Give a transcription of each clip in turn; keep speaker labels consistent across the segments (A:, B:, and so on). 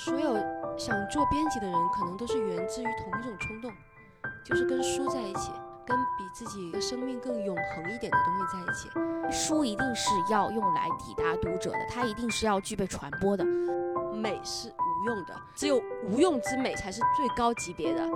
A: 所有想做编辑的人，可能都是源自于同一种冲动，就是跟书在一起，跟比自己的生命更永恒一点的东西在一起。
B: 书一定是要用来抵达读者的，它一定是要具备传播的。
A: 美是无用的，只有无用之美才是最高级别的。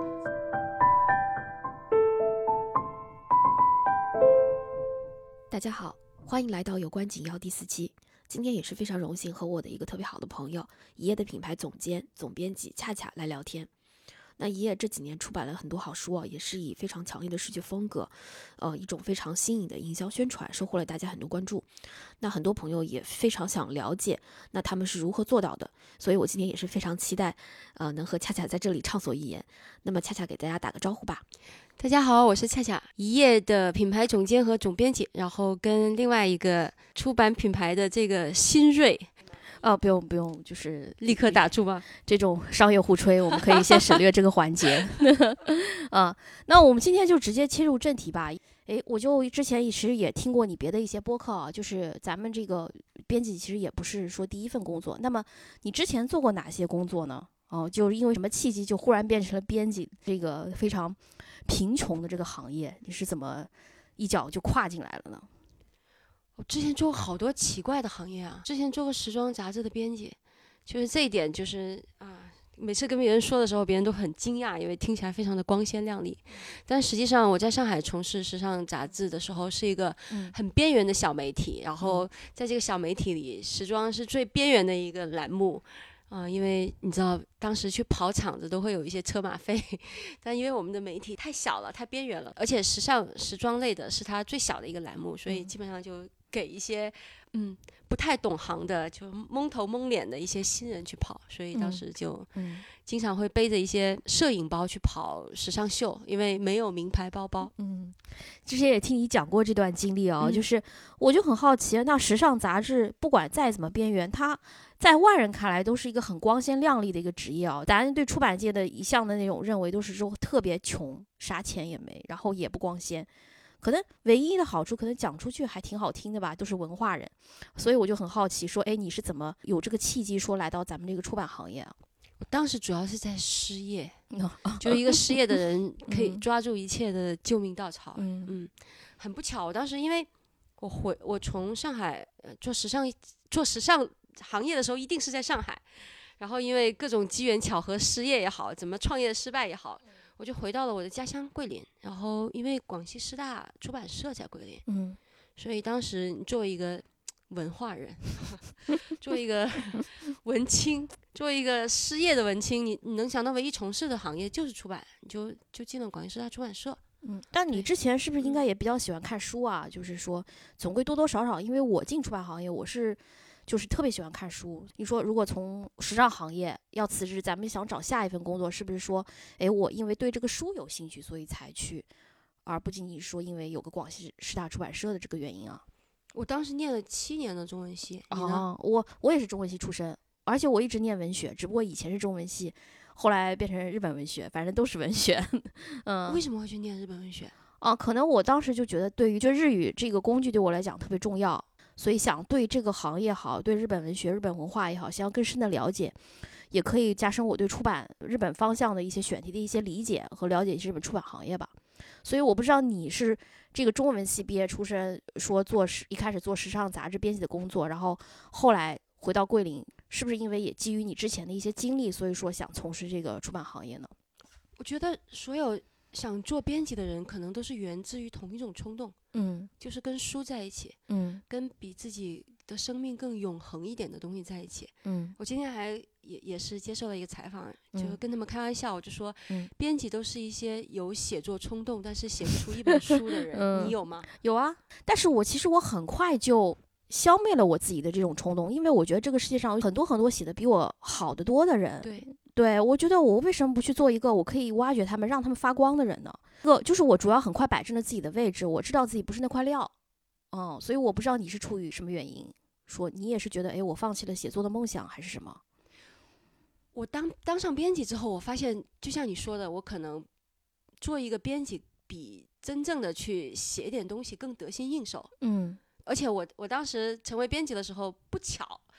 B: 大家好，欢迎来到有关紧要第4期。今天也是非常荣幸和我的一个特别好的朋友，一页的品牌总监、总编辑恰恰来聊天。那一页这几年出版了很多好书啊，也是以非常强烈的视觉风格，一种非常新颖的营销宣传，收获了大家很多关注。那很多朋友也非常想了解，那他们是如何做到的？所以我今天也是非常期待，能和恰恰在这里畅所欲言。那么恰恰给大家打个招呼吧。
A: 大家好，我是恰恰，一页的品牌总监和总编辑，然后跟另外一个出版品牌的这个新锐。
B: 不用，就是
A: 立刻打住吗？
B: 这种商业互吹，我们可以先省略这个环节。那我们今天就直接切入正题吧。我就之前其实也听过你别的一些播客啊，就是咱们这个编辑其实也不是说第一份工作。那么你之前做过哪些工作呢？就是因为什么契机就忽然变成了编辑这个非常贫穷的这个行业，你是怎么一脚就跨进来了呢？
A: 我之前做过好多奇怪的行业啊，之前做过时装杂志的编辑，就是这一点就是每次跟别人说的时候，别人都很惊讶，因为听起来非常的光鲜亮丽。但实际上我在上海从事时尚杂志的时候，是一个很边缘的小媒体，然后在这个小媒体里，时装是最边缘的一个栏目。因为你知道当时去跑场子都会有一些车马费，但因为我们的媒体太小了，太边缘了，而且时装类的是它最小的一个栏目，所以基本上就给一些不太懂行的，就蒙头蒙脸的一些新人去跑，所以当时就经常会背着一些摄影包去跑时尚秀，因为没有名牌包包。
B: 之前也听你讲过这段经历啊，就是我就很好奇，那时尚杂志不管再怎么边缘，它在外人看来都是一个很光鲜亮丽的一个职业啊。咱对出版界的一向的那种认为都是说特别穷，啥钱也没，然后也不光鲜。可能唯一的好处，可能讲出去还挺好听的吧，都是文化人。所以我就很好奇，说，你是怎么有这个契机，说来到咱们这个出版行业啊？
A: 我当时主要是在失业，就是一个失业的人可以抓住一切的救命稻草。很不巧，我当时因为我从上海做时尚行业的时候，一定是在上海。然后因为各种机缘巧合，失业也好，怎么创业失败也好，我就回到了我的家乡桂林。然后因为广西师大出版社在桂林，所以当时你作为一个文化人，作为一个文青，作为一个失业的文青，你能想到唯一从事的行业就是出版，你就进了广西师大出版社。
B: 但你之前是不是应该也比较喜欢看书啊？就是说总归多多少少，因为我进出版行业，我是就是特别喜欢看书。你说如果从时尚行业要辞职，咱们想找下一份工作，是不是说我因为对这个书有兴趣所以才去，而不仅仅是说因为有个广西师大出版社的这个原因啊？
A: 我当时念了7年的中文系。你呢？
B: 我也是中文系出身，而且我一直念文学，只不过以前是中文系，后来变成日本文学，反正都是文学。
A: 为什么会去念日本文学？
B: 可能我当时就觉得对于就日语这个工具对我来讲特别重要，所以想对这个行业好，对日本文学、日本文化也好，想要更深的了解，也可以加深我对出版日本方向的一些选题的一些理解和了解日本出版行业吧。所以我不知道你是这个中文系毕业出身，说一开始做时尚杂志编辑的工作，然后后来回到桂林，是不是因为也基于你之前的一些经历，所以说想从事这个出版行业呢？
A: 我觉得所有想做编辑的人，可能都是源自于同一种冲动，就是跟书在一起，跟比自己的生命更永恒一点的东西在一起。我今天还也是接受了一个采访，就跟他们开玩笑，我就说，编辑都是一些有写作冲动，但是写不出一本书的人。你有吗？
B: 有啊，但是其实我很快就消灭了我自己的这种冲动，因为我觉得这个世界上有很多很多写的比我好得多的人。对，我觉得我为什么不去做一个我可以挖掘他们，让他们发光的人呢？就是我主要很快摆正了自己的位置，我知道自己不是那块料。所以我不知道你是出于什么原因，说你也是觉得我放弃了写作的梦想，还是什么？
A: 我当上编辑之后，我发现就像你说的，我可能做一个编辑比真正的去写点东西更得心应手。而且我当时成为编辑的时候，不巧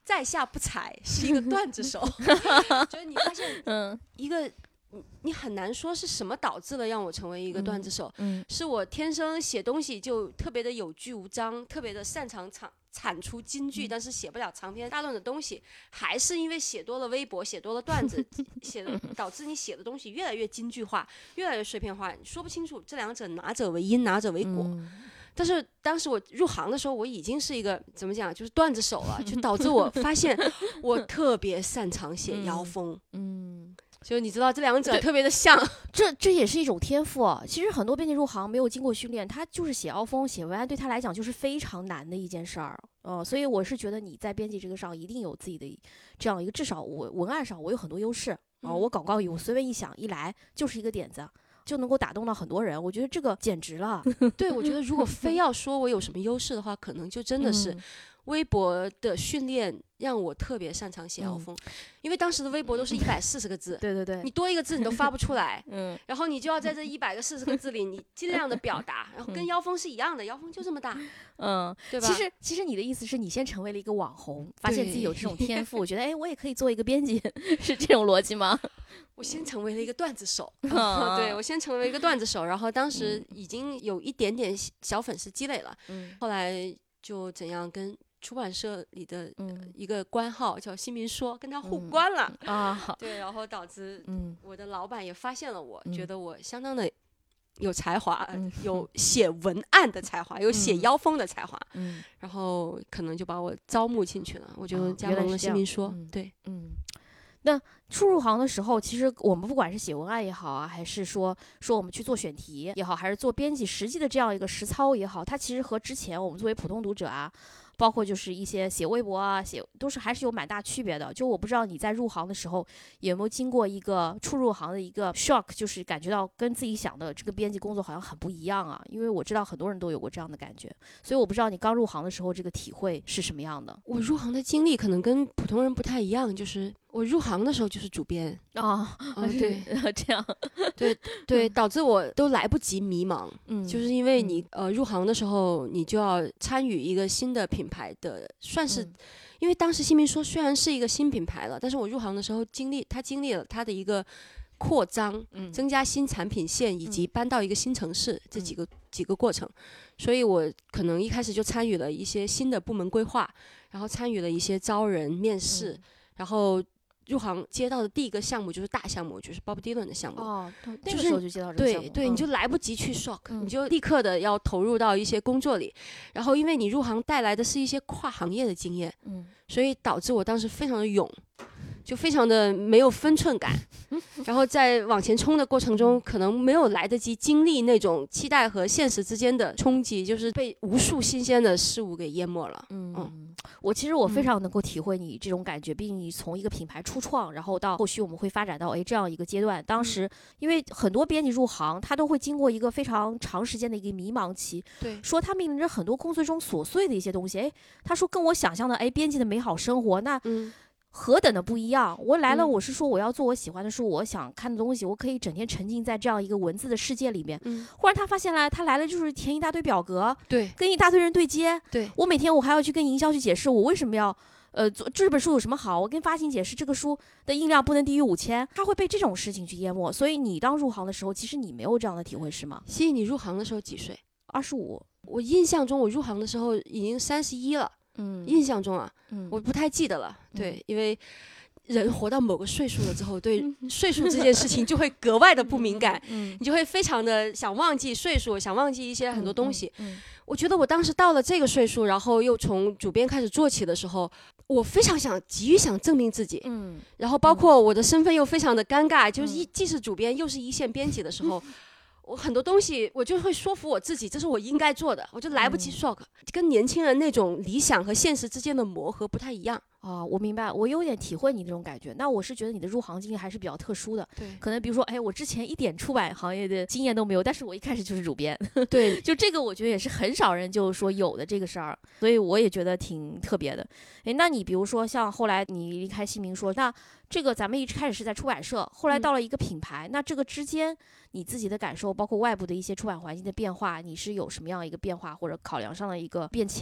A: 在下不才，是一个段子手。就是你发现，一个你很难说是什么导致了让我成为一个段子手，是我天生写东西就特别的有句无章，特别的擅长产出金句，但是写不了长篇大论的东西，还是因为写多了微博，写多了段子，导致你写的东西越来越京剧化，越来越碎片化，你说不清楚这两者哪者为因，哪者为果。但是当时我入行的时候，我已经是一个怎么讲，就是段子手了，就导致我发现我特别擅长写妖风。就是你知道这两者特别的像，
B: 这也是一种天赋。其实很多编辑入行没有经过训练，他就是写妖风、写文案，对他来讲就是非常难的一件事儿。所以我是觉得你在编辑这个上一定有自己的这样一个，至少我文案上我有很多优势我广告语我随便一想，一来就是一个点子，就能够打动到很多人。我觉得这个简直了。
A: 对，我觉得如果非要说我有什么优势的话，可能就真的是微博的训练让我特别擅长写妖风，因为当时的微博都是140个字，
B: 对对对，
A: 你多一个字你都发不出来，然后你就要在这140个字里，你尽量的表达，然后跟妖风是一样的，妖风就这么大，对吧？
B: 其实你的意思是你先成为了一个网红，发现自己有这种天赋，觉得我也可以做一个编辑，是这种逻辑吗？
A: 我先成为了一个段子手，对，我先成为一个段子手，然后当时已经有一点点小粉丝积累了，后来就怎样跟出版社里的一个官号叫新民说，跟他互关了对，然后导致我的老板也发现了我，觉得我相当的有才华，有写文案的才华，有写妖风的才华，然后可能就把我招募进去了，我就加盟了新民说，对，
B: 那初入行的时候，其实我们不管是写文案也好啊，还是说我们去做选题也好，还是做编辑实际的这样一个实操也好，它其实和之前我们作为普通读者啊，包括就是一些写微博啊，都是还是有蛮大区别的。就我不知道你在入行的时候有没有经过一个初入行的一个 shock， 就是感觉到跟自己想的这个编辑工作好像很不一样啊。因为我知道很多人都有过这样的感觉，所以我不知道你刚入行的时候这个体会是什么样的。
A: 我入行的经历可能跟普通人不太一样，就是我入行的时候就是主编对，
B: 这样
A: 对，导致我都来不及迷茫，就是因为你入行的时候你就要参与一个新的品牌的，算是因为当时新民说虽然是一个新品牌了，但是我入行的时候经历了它的一个扩张，增加新产品线以及搬到一个新城市这几个过程，所以我可能一开始就参与了一些新的部门规划，然后参与了一些招人面试，然后入行接到的第一个项目就是大项目，就是 Bob Dylan 的项目。
B: 那个时候就接到这个项目。
A: 对，你就来不及去 shock，你就立刻的要投入到一些工作里。然后因为你入行带来的是一些跨行业的经验，所以导致我当时非常的勇，就非常的没有分寸感。然后在往前冲的过程中，可能没有来得及经历那种期待和现实之间的冲击，就是被无数新鲜的事物给淹没了。
B: 其实我非常能够体会你这种感觉，毕竟你从一个品牌初创，然后到后续我们会发展到这样一个阶段。当时因为很多编辑入行，他都会经过一个非常长时间的一个迷茫期，
A: 对，
B: 说他面临着很多工作中琐碎的一些东西。他说跟我想象的编辑的美好生活那何等的不一样！我来了，我是说我要做我喜欢的书，我想看的东西，我可以整天沉浸在这样一个文字的世界里面。忽然他发现他来了就是填一大堆表格，
A: 对，
B: 跟一大堆人对接，
A: 对，
B: 我每天我还要去跟营销去解释我为什么要做这本书有什么好，我跟发行解释这个书的印量不能低于5000，他会被这种事情去淹没。所以你当入行的时候，其实你没有这样的体会是吗？
A: 希怡，你入行的时候几岁
B: ？25。
A: 我印象中我入行的时候已经31了。印象中我不太记得了。对，因为人活到某个岁数了之后，对岁数这件事情就会格外的不敏感，你就会非常的想忘记岁数，想忘记一些很多东西。我觉得我当时到了这个岁数，然后又从主编开始做起的时候，我非常急于想证明自己，然后包括我的身份又非常的尴尬，就是既是主编又是一线编辑的时候。我很多东西我就会说服我自己，这是我应该做的，我就来不及 shock，跟年轻人那种理想和现实之间的磨合不太一样。
B: 我明白，我有点体会你那种感觉。那我是觉得你的入行经历还是比较特殊的，
A: 对，
B: 可能比如说，我之前一点出版行业的经验都没有，但是我一开始就是主编，
A: 对，
B: 就这个我觉得也是很少人就是说有的这个事儿，所以我也觉得挺特别的。那你比如说像后来你离开新民说，那这个咱们一开始是在出版社，后来到了一个品牌，那这个之间你自己的感受，包括外部的一些出版环境的变化，你是有什么样一个变化或者考量上的一个变迁呢？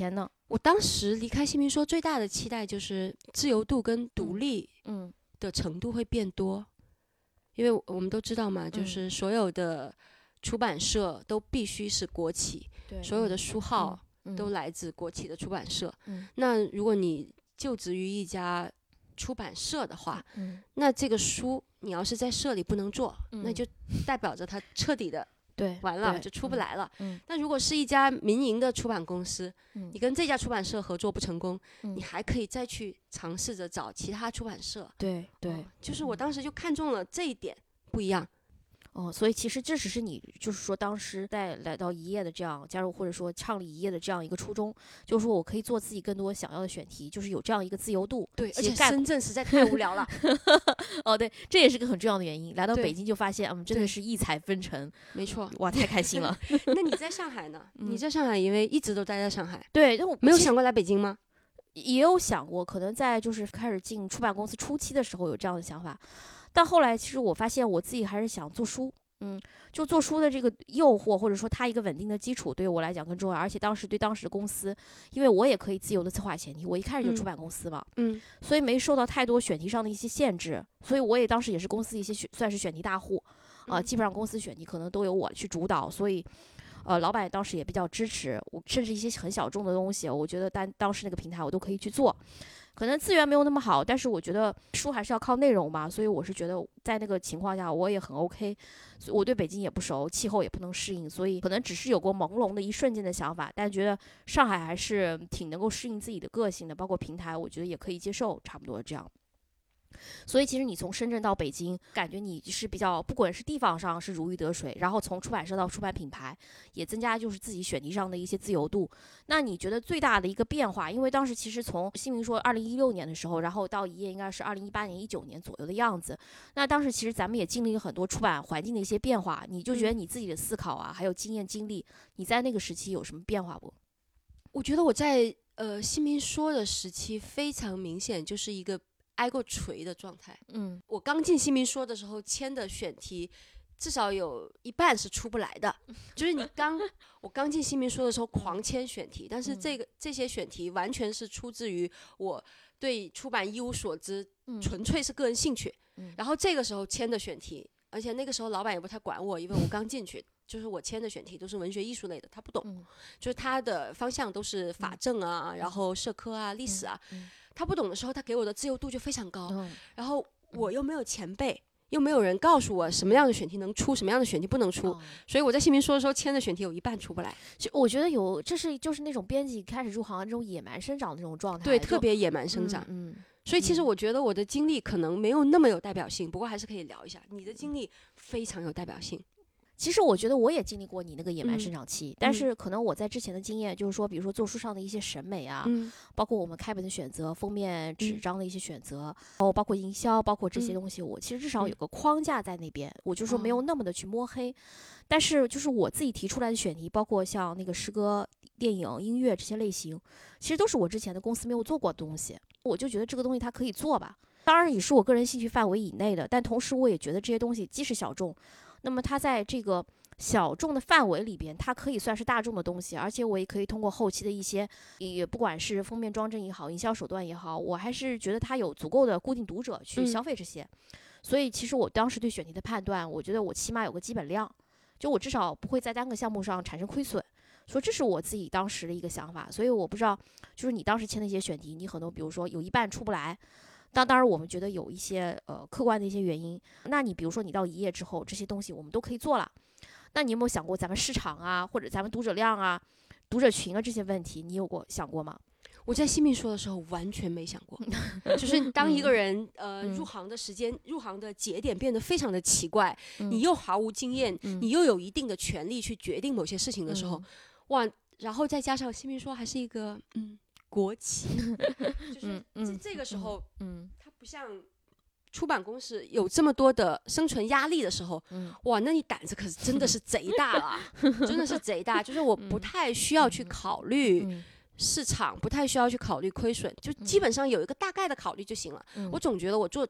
A: 我当时离开新民说最大的期待就是自由度跟独立的程度会变多，因为我们都知道嘛，就是所有的出版社都必须是国企，所有的书号都来自国企的出版社。那如果你就职于一家出版社的话，那这个书你要是在社里不能做，那就代表着它彻底的完了就出不来了。那如果是一家民营的出版公司，你跟这家出版社合作不成功，你还可以再去尝试着找其他出版社。
B: 对，
A: 就是我当时就看中了这一点不一样。
B: 所以其实这只是你就是说当时在来到一页的这样加入或者说创立一页的这样一个初衷，就是说我可以做自己更多想要的选题，就是有这样一个自由度。
A: 对，而且深圳实在太无聊了。
B: 对，这也是个很重要的原因。来到北京就发现，真的是异彩纷呈。
A: 没错，
B: 哇，太开心了。
A: 那你在上海呢？你在上海因为一直都待在上海。
B: 对，
A: 没有想过来北京吗？
B: 也有想过，可能在就是开始进出版公司初期的时候有这样的想法。但后来其实我发现我自己还是想做书，就做书的这个诱惑或者说它一个稳定的基础对于我来讲更重要。而且当时的公司，因为我也可以自由的策划选题，我一开始就出版公司嘛，所以没受到太多选题上的一些限制，所以我也当时也是公司一些算是选题大户基本上公司选题可能都由我去主导，所以老板当时也比较支持我，甚至一些很小众的东西，我觉得当时那个平台我都可以去做。可能资源没有那么好，但是我觉得书还是要靠内容嘛，所以我是觉得在那个情况下我也很 OK。所以我对北京也不熟，气候也不能适应，所以可能只是有过朦胧的一瞬间的想法，但觉得上海还是挺能够适应自己的个性的，包括平台我觉得也可以接受，差不多这样。所以其实你从深圳到北京，感觉你是比较不管是地方上是如鱼得水，然后从出版社到出版品牌也增加就是自己选题上的一些自由度。那你觉得最大的一个变化，因为当时其实从新民说2016年的时候，然后到一页应该是2018年19年左右的样子，那当时其实咱们也经历了很多出版环境的一些变化，你就觉得你自己的思考还有经验经历，你在那个时期有什么变化不？
A: 我觉得我在新民说的时期非常明显，就是一个挨过锤的状态。我刚进新民说的时候签的选题至少有一半是出不来的，就是我刚进新民说的时候狂签选题，但是这些选题完全是出自于我对出版一无所知，纯粹是个人兴趣。然后这个时候签的选题，而且那个时候老板也不太管我，因为我刚进去，就是我签的选题都是文学艺术类的，他不懂，就是他的方向都是法政然后社科历史他不懂的时候，他给我的自由度就非常高。然后我又没有前辈，又没有人告诉我什么样的选题能出，什么样的选题不能出，所以我在新民说的时候签的选题有一半出不来。
B: 我觉得就是那种编辑开始入行这种野蛮生长的这种状态，
A: 对，特别野蛮生长。所以其实我觉得我的经历可能没有那么有代表性，不过还是可以聊一下。你的经历非常有代表性。
B: 其实我觉得我也经历过你那个野蛮生长期，但是可能我在之前的经验就是说，比如说做书上的一些审美包括我们开本的选择、封面纸张的一些选择，包括营销，包括这些东西，我其实至少有个框架在那边，我就说没有那么的去摸黑。但是就是我自己提出来的选题，包括像那个诗歌、电影、音乐这些类型，其实都是我之前的公司没有做过的东西，我就觉得这个东西它可以做吧。当然也是我个人兴趣范围以内的，但同时我也觉得这些东西既是小众，那么它在这个小众的范围里边，它可以算是大众的东西，而且我也可以通过后期的一些，也不管是封面装帧也好，营销手段也好，我还是觉得它有足够的固定读者去消费这些。所以其实我当时对选题的判断，我觉得我起码有个基本量，就我至少不会在单个项目上产生亏损。所以这是我自己当时的一个想法。所以我不知道，就是你当时签的一些选题，你很多比如说有一半出不来。当然我们觉得有一些客观的一些原因，那你比如说你到一页之后，这些东西我们都可以做了，那你有没有想过咱们市场或者咱们读者量读者群这些问题，你有想过吗？
A: 我在新民说的时候完全没想过，就是当一个人入行的时间、入行的节点变得非常的奇怪，你又毫无经验，你又有一定的权利去决定某些事情的时候，哇，然后再加上新民说还是一个国企，就是这个时候，它不像出版公司有这么多的生存压力的时候，哇，那你胆子可是真的是贼大了，真的是贼大。就是我不太需要去考虑市场，不太需要去考虑亏损，就基本上有一个大概的考虑就行了。我总觉得我做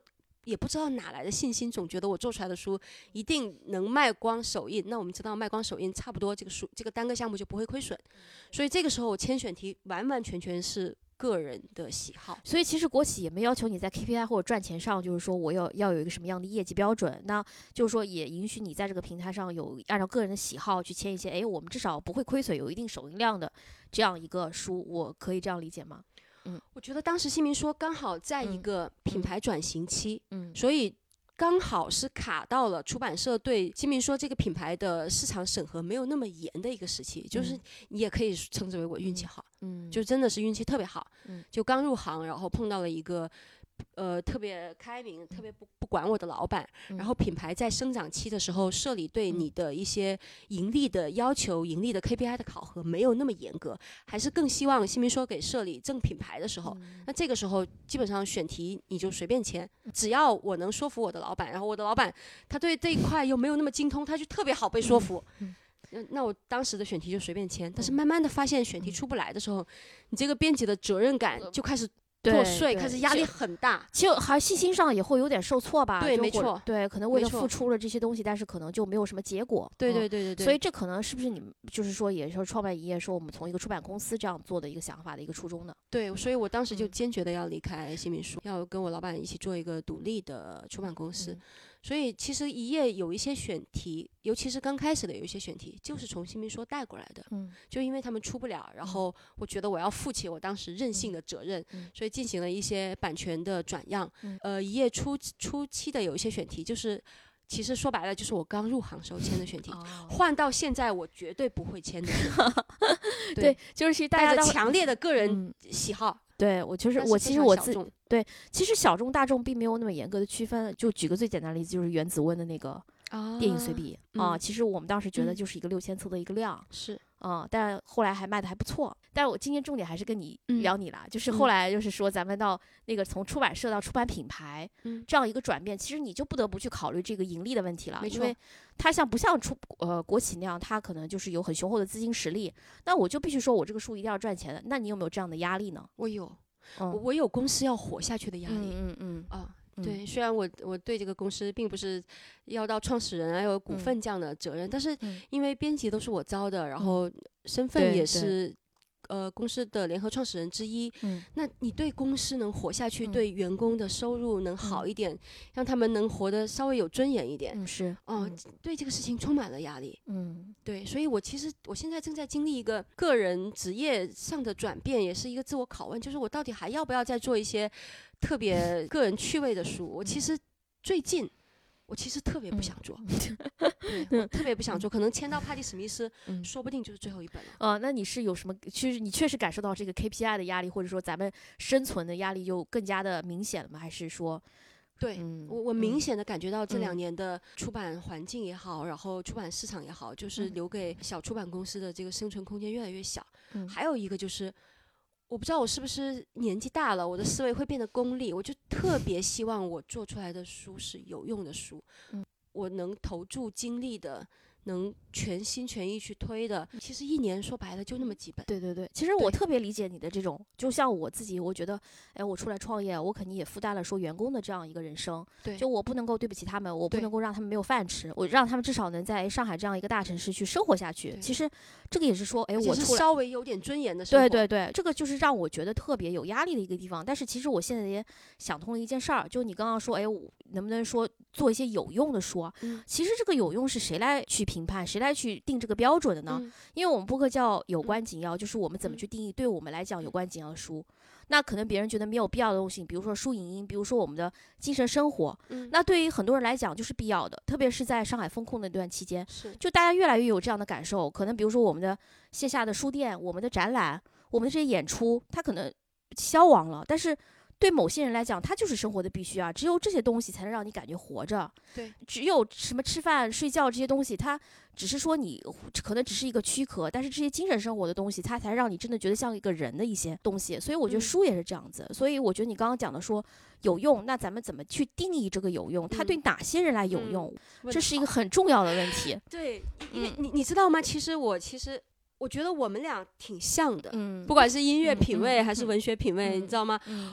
A: 也不知道哪来的信心，总觉得我做出来的书一定能卖光首印。那我们知道卖光首印差不多这个书这个单个项目就不会亏损，所以这个时候我签选题完完全全是个人的喜好。
B: 所以其实国企也没要求你在 KPI 或者赚钱上，就是说我要有一个什么样的业绩标准，那就是说也允许你在这个平台上有按照个人的喜好去签一些，我们至少不会亏损，有一定首印量的这样一个书，我可以这样理解吗？
A: 我觉得当时新民说刚好在一个品牌转型期，所以刚好是卡到了出版社对新民说这个品牌的市场审核没有那么严的一个时期，就是你也可以称之为我运气好，就真的是运气特别好，就刚入行，然后碰到了一个特别开明、特别不管我的老板，然后品牌在生长期的时候，社里对你的一些盈利的要求、盈利的 KPI 的考核没有那么严格，还是更希望新民说给社里挣品牌的时候，那这个时候基本上选题你就随便签，只要我能说服我的老板，然后我的老板他对这一块又没有那么精通，他就特别好被说服。那我当时的选题就随便签，但是慢慢的发现选题出不来的时候，你这个编辑的责任感就开始破碎，开始压力很大，
B: 其实还信心上也会有点受挫吧。
A: 对，没错，
B: 对，可能为了付出了这些东西，但是可能就没有什么结果。
A: 对。
B: 所以这可能是不是你们就是说，也是创办一页说我们从一个出版公司这样做的一个想法的一个初衷呢？
A: 对，所以我当时就坚决的要离开新民书，要跟我老板一起做一个独立的出版公司。所以其实一页有一些选题，尤其是刚开始的有一些选题，就是从新民说带过来的。就因为他们出不了，然后我觉得我要负起我当时任性的责任，所以进行了一些版权的转让。一页初期的有一些选题，就是其实说白了就是我刚入行时候签的选题，换到现在我绝对不会签的。
B: 对，就是大家
A: 带着强烈的个人喜好。
B: 对，其实我自己对，其实小众大众并没有那么严格的区分。就举个最简单的例子，就是原子温的那个电影随笔其实我们当时觉得就是一个6000册的一个量，
A: 是
B: 但后来还卖的还不错。但是我今天重点还是跟你聊你啦，就是后来就是说咱们到那个从出版社到出版品牌这样一个转变，其实你就不得不去考虑这个盈利的问题了，因为它不像国企那样，它可能就是有很雄厚的资金实力，那我就必须说我这个书一定要赚钱的。那你有没有这样的压力呢？
A: 我有，我有公司要活下去的压力。对，虽然我对这个公司并不是要到创始人还有股份这样的责任，但是因为编辑都是我招的，然后身份也是公司的联合创始人之一，那你对公司能活下去，对员工的收入能好一点，让他们能活得稍微有尊严一点，对这个事情充满了压力。对，所以我现在正在经历一个个人职业上的转变，也是一个自我拷问，就是我到底还要不要再做一些特别个人趣味的书？我其实最近我其实特别不想做，对，我特别不想做，可能签到帕蒂史密斯，说不定就是最后一本了。
B: 那你是有什么？其实你确实感受到这个 KPI 的压力，或者说咱们生存的压力就更加的明显了吗？还是说？
A: 对，我明显的感觉到这2年的出版环境也好，然后出版市场也好，就是留给小出版公司的这个生存空间越来越小。还有一个就是，我不知道我是不是年纪大了，我的思维会变得功利，我就特别希望我做出来的书是有用的书，我能投注精力的，能全心全意去推的，其实1年说白了就那么几本。
B: 对，其实我特别理解你的这种，就像我自己，我觉得，我出来创业，我肯定也负担了说员工的这样一个人生，就我不能够对不起他们，我不能够让他们没有饭吃，我让他们至少能在上海这样一个大城市去生活下去。其实这个也是说，我
A: 出来稍微有点尊严的生活。
B: 对，这个就是让我觉得特别有压力的一个地方。但是其实我现在也想通了一件事儿，就你刚刚说，我能不能说做一些有用的书？其实这个有用是谁来去评判，谁来去定这个标准的呢？因为我们播客叫有关紧要，就是我们怎么去定义对我们来讲有关紧要的书。那可能别人觉得没有必要的东西，比如说书影音，比如说我们的精神生活，那对于很多人来讲就是必要的，特别是在上海封控那段期间，就大家越来越有这样的感受。可能比如说我们的线下的书店，我们的展览，我们的这些演出，它可能消亡了，但是对某些人来讲，它就是生活的必须啊！只有这些东西才能让你感觉活着。
A: 对，
B: 只有什么吃饭、睡觉这些东西，它只是说你可能只是一个躯壳，但是这些精神生活的东西，它才让你真的觉得像一个人的一些东西。所以我觉得书也是这样子。所以我觉得你刚刚讲的说有用，那咱们怎么去定义这个有用？它对哪些人来有用？这是一个很重要的问题。
A: 对，因为你知道吗？其实我觉得我们俩挺像的，不管是音乐品味还是文学品味，你知道吗？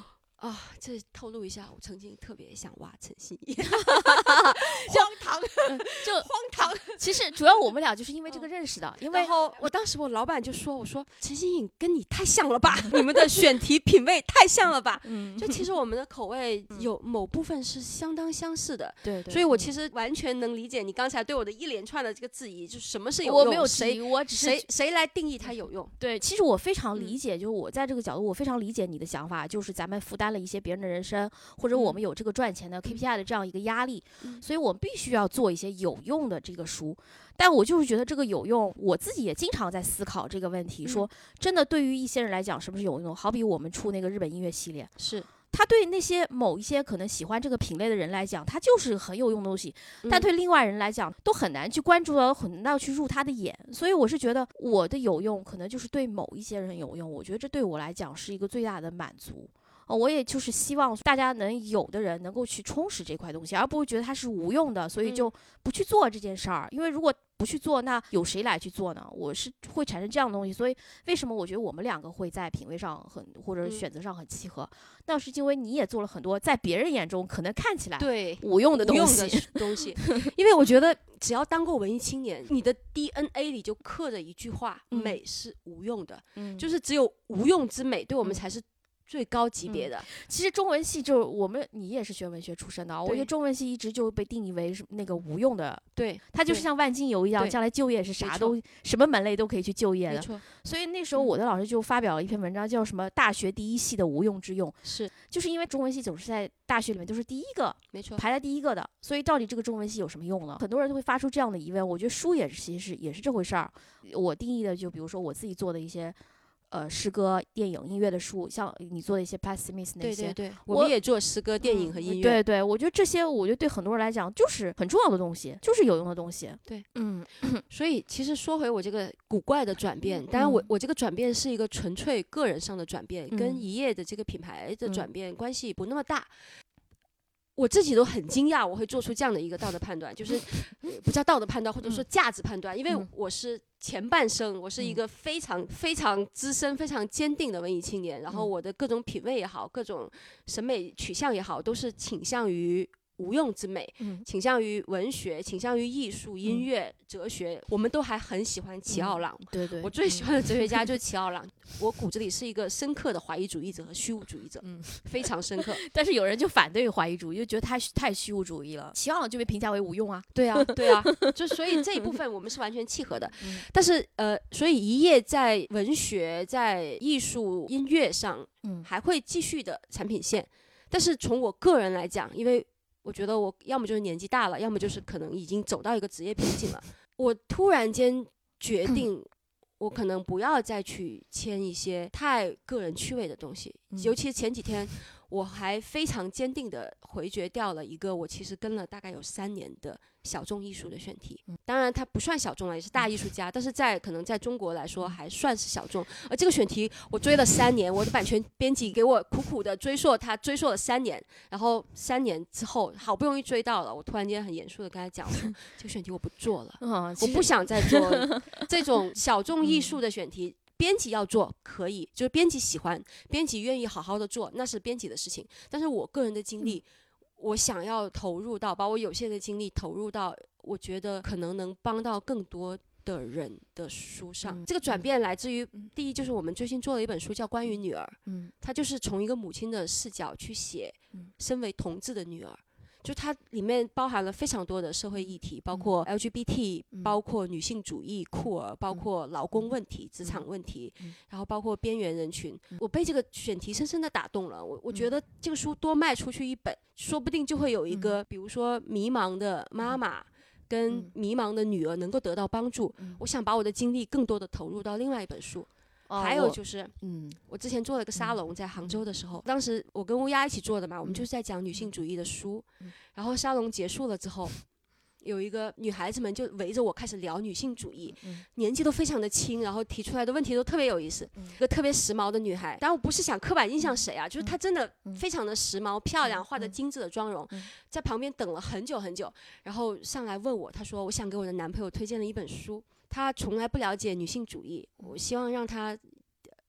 A: 啊，这透露一下，我曾经特别想挖陈信怡，
B: 荒唐，就
A: 荒唐。
B: 其实主要我们俩就是因为这个认识的，因为
A: 然后我当时我老板就说，我说陈信颖跟你太像了吧，你们的选题品味太像了吧。就其实我们的口味有某部分是相当相似的，
B: 对，
A: 所以我其实完全能理解你刚才对我的一连串的这个质疑，就是什么是有用，
B: 我没有质疑，我只是
A: 谁来定义它有用？
B: 对，其实我非常理解，就是我在这个角度，我非常理解你的想法，就是咱们负担了一些别人的人生，或者我们有这个赚钱的 KPI 的这样一个压力，所以我们必须要做一些有用的这个书。但我就是觉得这个有用，我自己也经常在思考这个问题，说真的对于一些人来讲是不是有用？好比我们出那个日本音乐系列，
A: 是
B: 它对那些某一些可能喜欢这个品类的人来讲，它就是很有用的东西，但对另外人来讲都很难去关注到，很难去入他的眼。所以我是觉得我的有用可能就是对某一些人有用，我觉得这对我来讲是一个最大的满足。我也就是希望大家有的人能够去充实这块东西，而不会觉得它是无用的，所以就不去做这件事儿。因为如果不去做，那有谁来去做呢？我是会产生这样的东西。所以为什么我觉得我们两个会在品味上或者选择上很契合？那是因为你也做了很多在别人眼中可能看起来
A: 对
B: 无用的东西。
A: 因为我觉得只要当过文艺青年，你的 DNA 里就刻着一句话：美是无用的。就是只有无用之美，对我们才是最高级别的。
B: 其实中文系就是你也是学文学出身的，我觉得中文系一直就被定义为是那个无用的，
A: 对，
B: 它就是像万金油一样，将来就业是啥都什么门类都可以去就业的。
A: 没错。
B: 所以那时候我的老师就发表了一篇文章，叫什么大学第一系的无用之用，就是因为中文系总是在大学里面都是第一个，
A: 没错，
B: 排在第一个的，所以到底这个中文系有什么用呢？很多人都会发出这样的疑问。我觉得书其实也是这回事儿。我定义的就比如说我自己做的一些诗歌、电影、音乐的书，像你做的一些 Pat Smith 那些，
A: 对，我们也做诗歌、电影和音乐。
B: 对，我觉得这些，我觉得对很多人来讲就是很重要的东西，就是有用的东西。
A: 对，所以其实说回我这个古怪的转变，当然我这个转变是一个纯粹个人上的转变，跟一页的这个品牌的转变关系不那么大。我自己都很惊讶，我会做出这样的一个道德判断，就是不叫道德判断，或者说价值判断，因为我是前半生，我是一个非常非常资深、非常坚定的文艺青年，然后我的各种品味也好，各种审美取向也好，都是倾向于无用之美，倾向于文学，倾向于艺术、音乐、哲学。我们都还很喜欢齐奥朗，
B: 对，
A: 我最喜欢的哲学家就是齐奥朗。我骨子里是一个深刻的怀疑主义者和虚无主义者，非常深刻。
B: 但是有人就反对怀疑主义，就觉得他太虚无主义了。齐奥朗就被评价为无用啊。
A: 对啊，就所以这一部分我们是完全契合的。但是所以一页在文学、在艺术、音乐上，还会继续的产品线。但是从我个人来讲，因为我觉得我要么就是年纪大了，要么就是可能已经走到一个职业瓶颈了。我突然间决定，我可能不要再去签一些太个人趣味的东西。尤其是前几天，我还非常坚定地回绝掉了一个我其实跟了大概有3年的小众艺术的选题。当然它不算小众了，也是大艺术家，但是可能在中国来说还算是小众。而这个选题我追了3年，我的版权编辑给我苦苦的追溯了3年，然后3年之后好不容易追到了，我突然间很严肃的跟他讲说，这个选题我不做了，我不想再做这种小众艺术的选题。编辑要做可以，就是编辑喜欢，编辑愿意好好的做，那是编辑的事情。但是我个人的精力，我想要投入到，把我有限的精力投入到，我觉得可能能帮到更多的人的书上。这个转变来自于，第一就是我们最近做了一本书叫《关于女儿》，它就是从一个母亲的视角去写身为同志的女儿。就它里面包含了非常多的社会议题，包括 LGBT，包括女性主义、酷儿，包括劳工问题、职场问题，然后包括边缘人群。我被这个选题深深的打动了。我觉得这个书多卖出去一本，说不定就会有一个，比如说迷茫的妈妈跟迷茫的女儿能够得到帮助。我想把我的精力更多的投入到另外一本书。还有就是，我之前做了一个沙龙，在杭州的时候，当时我跟乌鸦一起做的嘛，我们就是在讲女性主义的书。然后沙龙结束了之后，有一个女孩子们就围着我开始聊女性主义，年纪都非常的轻，然后提出来的问题都特别有意思。一个特别时髦的女孩，但我不是想刻板印象谁啊，就是她真的非常的时髦漂亮，化着精致的妆容，在旁边等了很久很久，然后上来问我，她说我想给我的男朋友推荐了一本书，他从来不了解女性主义，我希望让他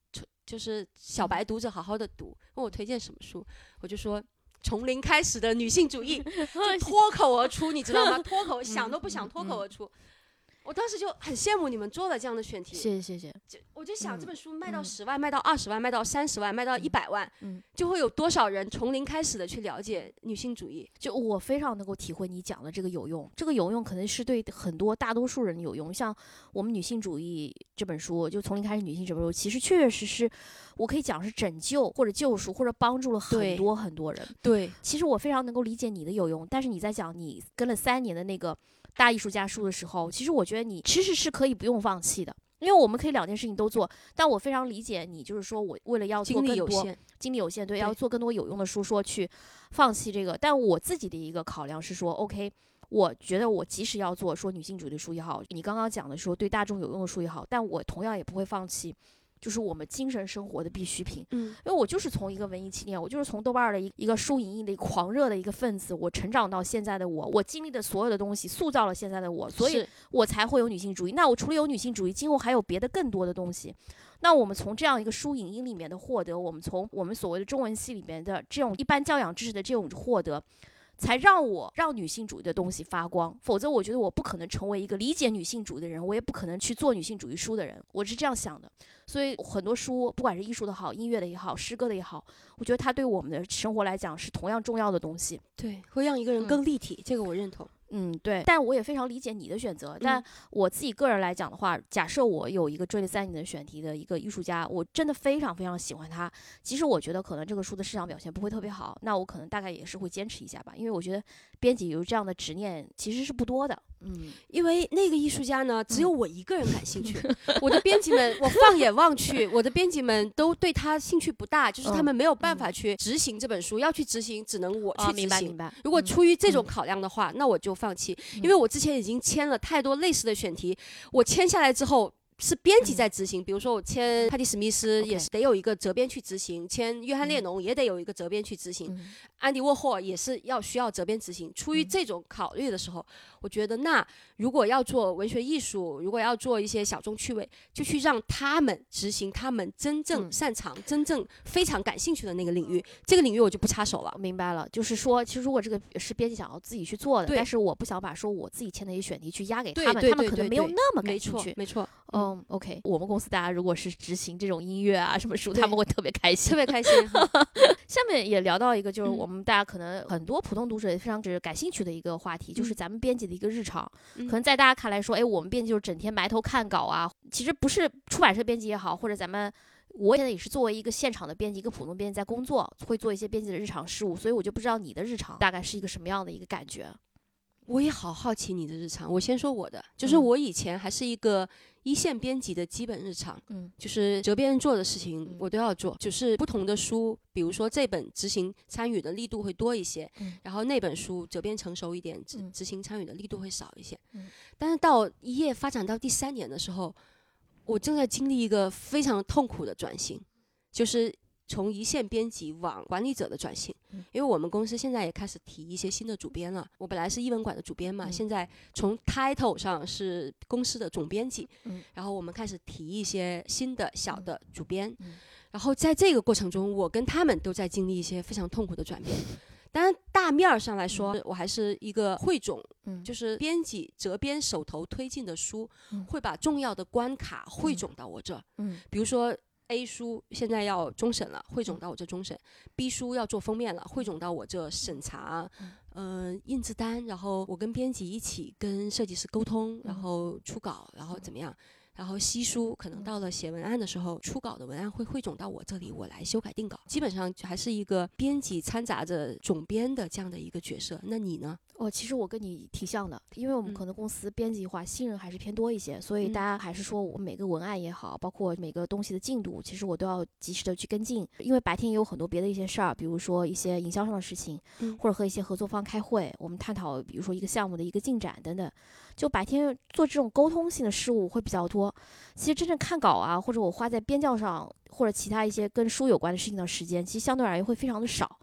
A: 就是小白读者好好的读，问我推荐什么书，我就说从零开始的女性主义，就脱口而出，你知道吗？脱口想都不想，脱口而出。我当时就很羡慕你们做了这样的选题，
B: 谢谢。
A: 我就想这本书卖到10万，卖到20万，卖到30万，卖到100万，
B: 嗯，
A: 就会有多少人从零开始的去了解女性主义？
B: 就我非常能够体会你讲的这个有用，这个有用可能是对很多大多数人有用。像我们女性主义这本书，就从零开始女性这本书，其实确确实实，我可以讲是拯救或者救赎或者帮助了很多很多人。
A: 对，
B: 其实我非常能够理解你的有用，但是你在讲你跟了3年的那个大艺术家书的时候，其实我觉得你其实是可以不用放弃的，因为我们可以2件事情都做。但我非常理解你，就是说我为了要做更多，精力有限，对，要做更多有用的书，说去放弃这个。但我自己的一个考量是说 OK， 我觉得我即使要做说女性主义的书也好，你刚刚讲的说对大众有用的书也好，但我同样也不会放弃就是我们精神生活的必需品。因为我就是从一个文艺青年，我就是从豆瓣的一个书影印的一个狂热的一个分子，我成长到现在的我经历的所有的东西塑造了现在的我，所以我才会有女性主义。那我除了有女性主义，今后还有别的更多的东西。那我们从这样一个书影音里面的获得，我们从我们所谓的中文系里面的这种一般教养知识的这种获得，才让女性主义的东西发光。否则我觉得我不可能成为一个理解女性主义的人，我也不可能去做女性主义书的人，我是这样想的。所以很多书不管是艺术的好，音乐的也好，诗歌的也好，我觉得它对我们的生活来讲是同样重要的东西。
A: 对，会让一个人更立体，这个我认同。
B: 对，但我也非常理解你的选择。但我自己个人来讲的话，假设我有一个追了3年的选题的一个艺术家，我真的非常非常喜欢他，即使我觉得可能这个书的市场表现不会特别好，那我可能大概也是会坚持一下吧，因为我觉得编辑有这样的执念其实是不多的。
A: 因为那个艺术家呢，只有我一个人感兴趣。我的编辑们，我放眼望去，我的编辑们都对他兴趣不大，就是他们没有办法去执行这本书，要去执行只能我去执行。
B: 明白。
A: 如果出于这种考量的话，那我就放弃，因为我之前已经签了太多类似的选题，我签下来之后是编辑在执行。比如说我签帕蒂史密斯也是得有一个责编去执行，签约翰列侬也得有一个责编去执行，安迪沃霍尔也是需要责编执行。出于这种考虑的时候，我觉得那如果要做文学艺术，如果要做一些小众趣味，就去让他们执行他们真正擅长、真正非常感兴趣的那个领域，这个领域我就不插手了。
B: 明白了，就是说其实如果这个是编辑想要自己去做的，但是我不想把说我自己签的一些选题去压给他们，他们可能没有那么感兴趣。
A: 没错。
B: OK， 我们公司大家如果是执行这种音乐啊什么书，他们会特别开心，
A: 特别开心。
B: 下面也聊到一个就是我们大家可能很多普通读者也非常感兴趣的一个话题，就是咱们编辑的一个日常。可能在大家看来说，我们编辑就是整天埋头看稿啊，其实不是。出版社编辑也好，或者我现在也是作为一个现场的编辑，一个普通编辑在工作，会做一些编辑的日常事务，所以我就不知道你的日常大概是一个什么样的一个感觉。
A: 我也好好奇你的日常。我先说我的，就是我以前还是一个一线编辑的基本日常，就是责编做的事情我都要做，就是不同的书，比如说这本执行参与的力度会多一些，然后那本书责编成熟一点，执行参与的力度会少一些。但是到一页发展到第3年的时候，我正在经历一个非常痛苦的转型，就是从一线编辑往管理者的转型。因为我们公司现在也开始提一些新的主编了，我本来是译文馆的主编嘛，现在从 title 上是公司的总编辑，然后我们开始提一些新的小的主编，然后在这个过程中，我跟他们都在经历一些非常痛苦的转变。当然大面上来说，我还是一个汇总，就是编辑责编手头推进的书，会把重要的关卡汇总到我这，比如说A 书现在要终审了，汇总到我这终审；B 书要做封面了，汇总到我这审查，印制单，然后我跟编辑一起跟设计师沟通，然后出稿，然后怎么样？然后西书可能到了写文案的时候，初稿的文案会汇总到我这里，我来修改定稿。基本上还是一个编辑掺杂着总编的这样的一个角色。那你呢？
B: 其实我跟你挺像的，因为我们可能公司编辑化新人还是偏多一些，所以大家还是说我每个文案也好，包括每个东西的进度，其实我都要及时的去跟进。因为白天也有很多别的一些事儿，比如说一些营销上的事情，或者和一些合作方开会，我们探讨比如说一个项目的一个进展等等，就白天做这种沟通性的事务会比较多。其实真正看稿啊，或者我花在编校上或者其他一些跟书有关的事情的时间，其实相对而言会非常的少。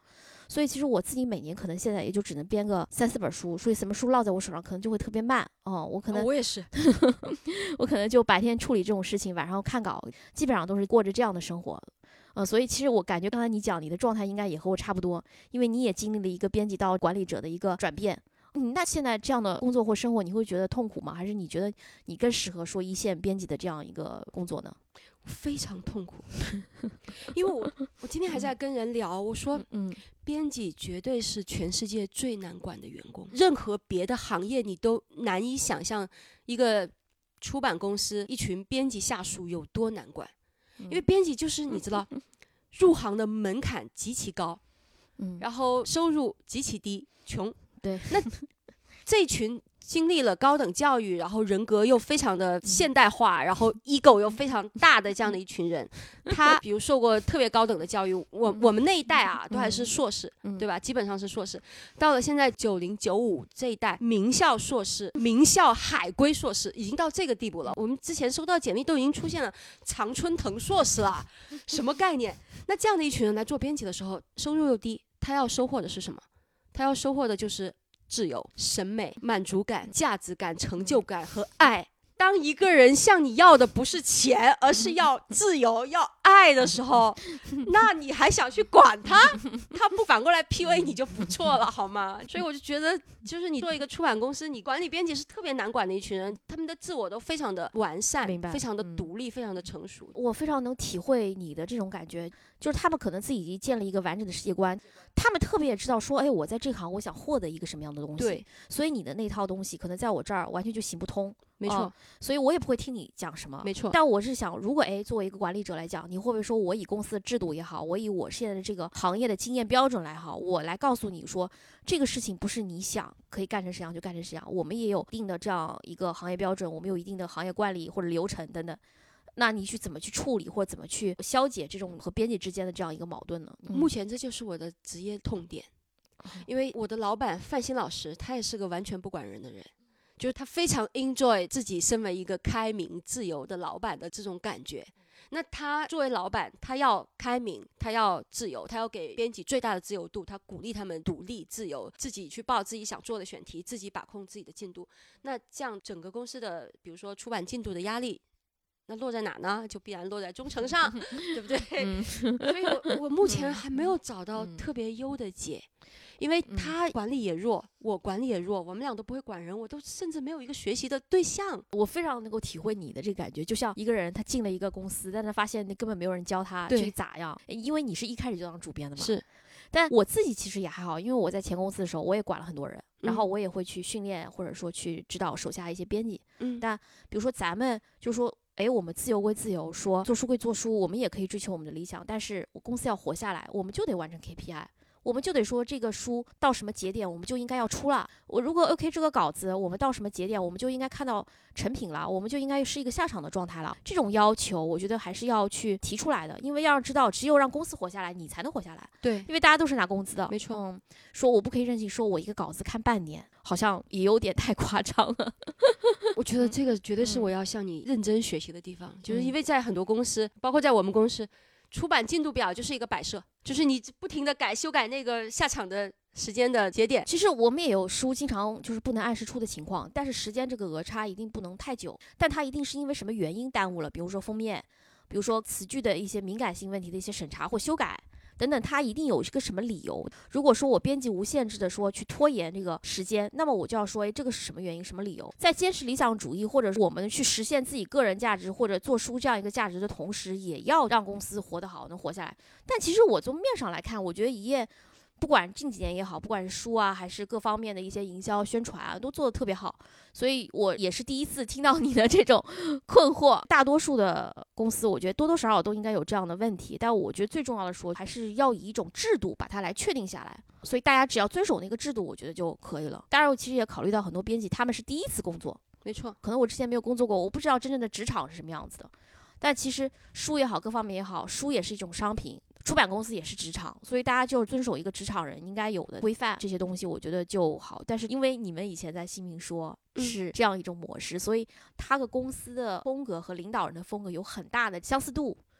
B: 所以其实我自己每年可能现在也就只能编个3-4本书，所以什么书落在我手上可能就会特别慢。我可能
A: 我也是
B: 我可能就白天处理这种事情，晚上看稿，基本上都是过着这样的生活。所以其实我感觉刚才你讲你的状态应该也和我差不多，因为你也经历了一个编辑到管理者的一个转变。那现在这样的工作或生活，你会觉得痛苦吗？还是你觉得你更适合说一线编辑的这样一个工作呢？
A: 非常痛苦，因为我今天还在跟人聊，我说，编辑绝对是全世界最难管的员工，任何别的行业你都难以想象一个出版公司一群编辑下属有多难管，因为编辑就是你知道，入行的门槛极其高，然后收入极其低，穷，
B: 对，
A: 那这群经历了高等教育，然后人格又非常的现代化，然后 ego 又非常大的这样的一群人，他比如受过特别高等的教育，我们那一代啊，都还是硕士，对吧？基本上是硕士。到了现在90、95这一代，名校硕士、名校海归硕士，已经到这个地步了。我们之前收到简历都已经出现了常春藤硕士了，什么概念？那这样的一群人来做编辑的时候，收入又低，他要收获的是什么？他要收获的就是自由、审美、满足感、价值感、成就感和爱。当一个人向你要的不是钱，而是要自由、要爱的时候，那你还想去管他？他不反过来 PUA 你就不错了，好吗？所以我就觉得，就是你做一个出版公司，你管理编辑是特别难管的一群人，他们的自我都非常的完善，非常的独立，非常的成熟。
B: 我非常能体会你的这种感觉，就是他们可能自己已经建立一个完整的世界观，他们特别也知道说，我在这行我想获得一个什么样的东西，
A: 对，
B: 所以你的那套东西可能在我这儿完全就行不通。
A: 没错，
B: 所以我也不会听你讲什么，
A: 没错。
B: 但我是想，如果作为一个管理者来讲，你会不会说，我以公司的制度也好，我以我现在的这个行业的经验标准来好，我来告诉你说，这个事情不是你想可以干成什么样就干成什么样，我们也有一定的这样一个行业标准，我们有一定的行业惯例或者流程等等。那你去怎么去处理，或者怎么去消解这种和编辑之间的这样一个矛盾呢？
A: 目前这就是我的职业痛点，因为我的老板范鑫老师，他也是个完全不管人的人。就是他非常 enjoy 自己身为一个开明自由的老板的这种感觉。那他作为老板，他要开明，他要自由，他要给编辑最大的自由度，他鼓励他们独立自由，自己去报自己想做的选题，自己把控自己的进度。那这样整个公司的比如说出版进度的压力，那落在哪呢？就必然落在忠诚上，对不对？所以我目前还没有找到特别优的解。因为他管理也弱，我管理也弱，我们俩都不会管人，我都甚至没有一个学习的对象。
B: 我非常能够体会你的这个感觉，就像一个人他进了一个公司，但他发现根本没有人教他去咋样，因为你是一开始就当主编的嘛。
A: 是，
B: 但我自己其实也还好，因为我在前公司的时候，我也管了很多人，然后我也会去训练或者说去指导手下一些编辑。但比如说咱们就说，我们自由归自由，说做书归做书，我们也可以追求我们的理想，但是公司要活下来，我们就得完成 KPI。我们就得说这个书到什么节点我们就应该要出了，我如果 OK 这个稿子我们到什么节点我们就应该看到成品了，我们就应该是一个下场的状态了，这种要求我觉得还是要去提出来的，因为要知道只有让公司活下来你才能活下来。
A: 对，
B: 因为大家都是拿工资的。
A: 没错。
B: 说我不可以任性，说我一个稿子看半年好像也有点太夸张了。
A: 我觉得这个绝对是我要向你认真学习的地方，就是因为在很多公司包括在我们公司，出版进度表就是一个摆设，就是你不停的修改那个下场的时间的节点。
B: 其实我们也有书经常就是不能按时出的情况，但是时间这个讹差一定不能太久，但它一定是因为什么原因耽误了，比如说封面，比如说词句的一些敏感性问题的一些审查或修改等等，它一定有一个什么理由。如果说我编辑无限制的说去拖延这个时间，那么我就要说，这个是什么原因，什么理由？在坚持理想主义或者我们去实现自己个人价值或者做书这样一个价值的同时，也要让公司活得好，能活下来。但其实我从面上来看，我觉得一页不管近几年也好，不管是书啊还是各方面的一些营销宣传啊，都做得特别好。所以我也是第一次听到你的这种困惑。大多数的公司我觉得多多少少都应该有这样的问题，但我觉得最重要的说还是要以一种制度把它来确定下来，所以大家只要遵守那个制度我觉得就可以了。当然我其实也考虑到很多编辑他们是第一次工作，
A: 没错，
B: 可能我之前没有工作过，我不知道真正的职场是什么样子的。但其实书也好，各方面也好，书也是一种商品，出版公司也是职场，所以大家就遵守一个职场人应该有的规范，这些东西我觉得就好。但是因为你们以前在新民说是这样一种模式，所以他的公司的风格和领导人的风格有很大的相似度，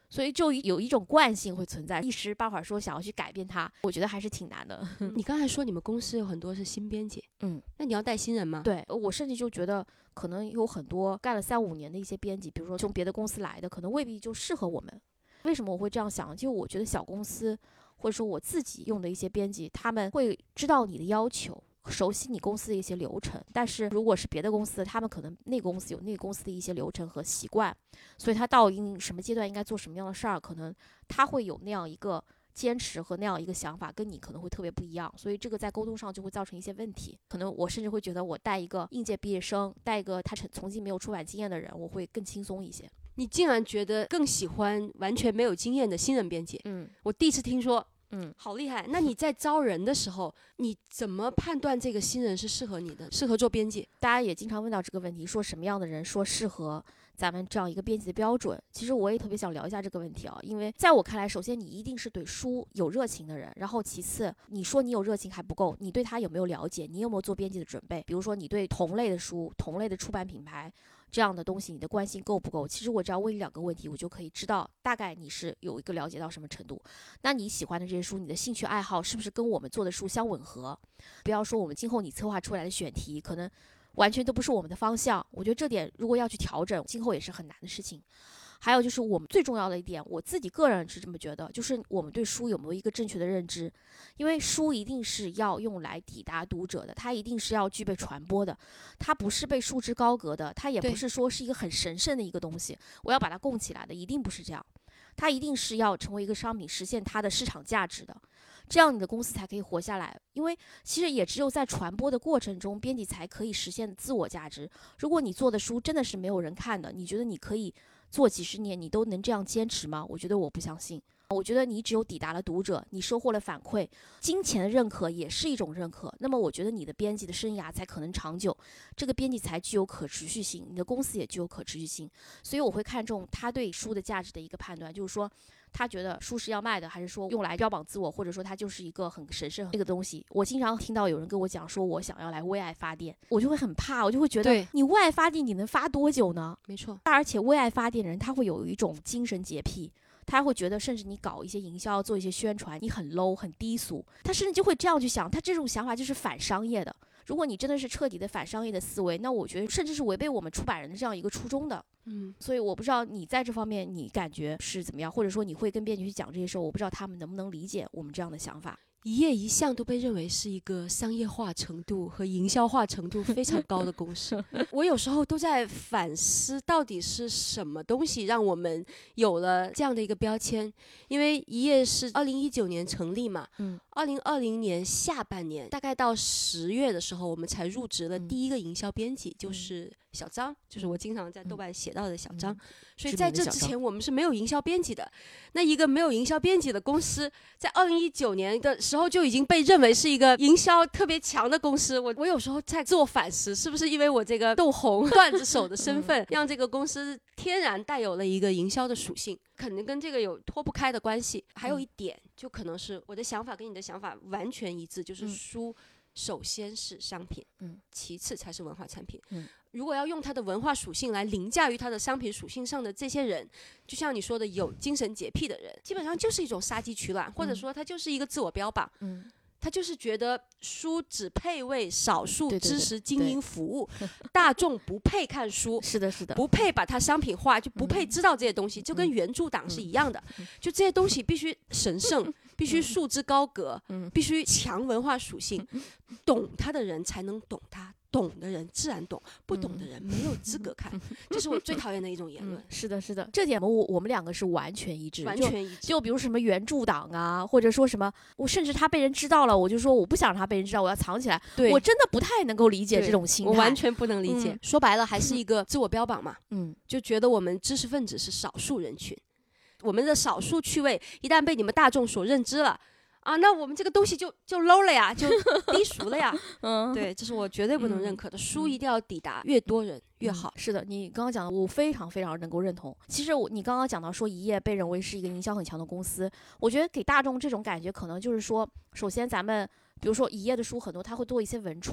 B: 所以就有一种惯性会存在，一时半会儿说想要去改变它，我觉得还是挺难的。
A: 你刚才说你们公司有很多是新编辑，那你要带新人吗？
B: 对，我甚至就觉得可能有很多干了3-5年的一些编辑，比如说从别的公司来的，可能未必就适合我们。为什么我会这样想？就我觉得小公司或者说我自己用的一些编辑，他们会知道你的要求，熟悉你公司的一些流程，但是如果是别的公司，他们可能那个公司有那个公司的一些流程和习惯，所以他到什么阶段应该做什么样的事儿，可能他会有那样一个坚持和那样一个想法，跟你可能会特别不一样，所以这个在沟通上就会造成一些问题。可能我甚至会觉得我带一个应届毕业生，带一个他从今没有出版经验的人，我会更轻松一些。
A: 你竟然觉得更喜欢完全没有经验的新人编辑？我第一次听说。好厉害！那你在招人的时候，你怎么判断这个新人是适合你的，适合做编辑？
B: 大家也经常问到这个问题，说什么样的人说适合咱们这样一个编辑的标准？其实我也特别想聊一下这个问题啊，因为在我看来，首先你一定是对书有热情的人，然后其次，你说你有热情还不够，你对他有没有了解？你有没有做编辑的准备？比如说你对同类的书、同类的出版品牌这样的东西，你的关心够不够？其实我只要问你2个问题，我就可以知道大概你是有一个了解到什么程度。那你喜欢的这些书，你的兴趣爱好是不是跟我们做的书相吻合？不要说我们今后你策划出来的选题可能完全都不是我们的方向，我觉得这点如果要去调整，今后也是很难的事情。还有就是我们最重要的一点，我自己个人是这么觉得，就是我们对书有没有一个正确的认知。因为书一定是要用来抵达读者的，它一定是要具备传播的，它不是被束之高阁的，它也不是说是一个很神圣的一个东西，我要把它供起来的，一定不是这样。它一定是要成为一个商品，实现它的市场价值的，这样你的公司才可以活下来。因为其实也只有在传播的过程中，编辑才可以实现自我价值。如果你做的书真的是没有人看的，你觉得你可以做几十年，你都能这样坚持吗？我觉得我不相信。我觉得你只有抵达了读者，你收获了反馈，金钱的认可也是一种认可，那么我觉得你的编辑的生涯才可能长久，这个编辑才具有可持续性，你的公司也具有可持续性。所以我会看重他对书的价值的一个判断，就是说他觉得书是要卖的，还是说用来标榜自我，或者说它就是一个很神圣这个东西。我经常听到有人跟我讲说我想要来为爱发电，我就会很怕，我就会觉得你为爱发电你能发多久呢？
A: 没错。
B: 而且为爱发电的人他会有一种精神洁癖，他会觉得甚至你搞一些营销做一些宣传你很 low 很低俗，他甚至就会这样去想，他这种想法就是反商业的。如果你真的是彻底的反商业的思维，那我觉得甚至是违背我们出版人的这样一个初衷的。所以我不知道你在这方面你感觉是怎么样，或者说你会跟编辑去讲这些事，我不知道他们能不能理解我们这样的想法。
A: 一页一向都被认为是一个商业化程度和营销化程度非常高的公司。我有时候都在反思，到底是什么东西让我们有了这样的一个标签？因为一页是2019年成立嘛，2020年下半年，大概到10月的时候，我们才入职了第一个营销编辑，就是小张，就是我经常在豆瓣写到的小张。所以在这之前我们是没有营销编辑的。那一个没有营销编辑的公司，在2019年的时候就已经被认为是一个营销特别强的公司。我有时候在自我反思，是不是因为我这个豆红段子手的身份，让这个公司天然带有了一个营销的属性，可能跟这个有脱不开的关系。还有一点，就可能是我的想法跟你的想法完全一致，就是书首先是商品，其次才是文化产品。如果要用它的文化属性来凌驾于它的商品属性上的这些人，就像你说的有精神洁癖的人，基本上就是一种杀鸡取卵，或者说他就是一个自我标榜。他就是觉得书只配为少数知识精英服务，大众不配看书，
B: 是的，是的，
A: 不配把它商品化，就不配知道这些东西，就跟原著党是一样的，就这些东西必须神圣，必须束之高阁，必须强文化属性，懂它的人才能懂它。懂的人自然懂，不懂的人没有资格看，这是我最讨厌的一种言论。
B: 是的，是的，这点我们两个是完全一致，
A: 完全一致。
B: 就比如什么原著党啊，或者说什么，我甚至他被人知道了，我就说我不想让他被人知道，我要藏起来。我真的不太能够理解这种心态，
A: 我完全不能理解。说白了，还是一个自我标榜嘛。就觉得我们知识分子是少数人群，我们的少数趣味一旦被你们大众所认知了。那我们这个东西就 low 了呀，就低俗了呀。对，这是我绝对不能认可的。书一定要抵达越多人越好。
B: 是的，你刚刚讲的我非常非常能够认同。其实你刚刚讲到说一页被认为是一个营销很强的公司，我觉得给大众这种感觉可能就是说，首先咱们比如说一页的书很多，他会做一些文创，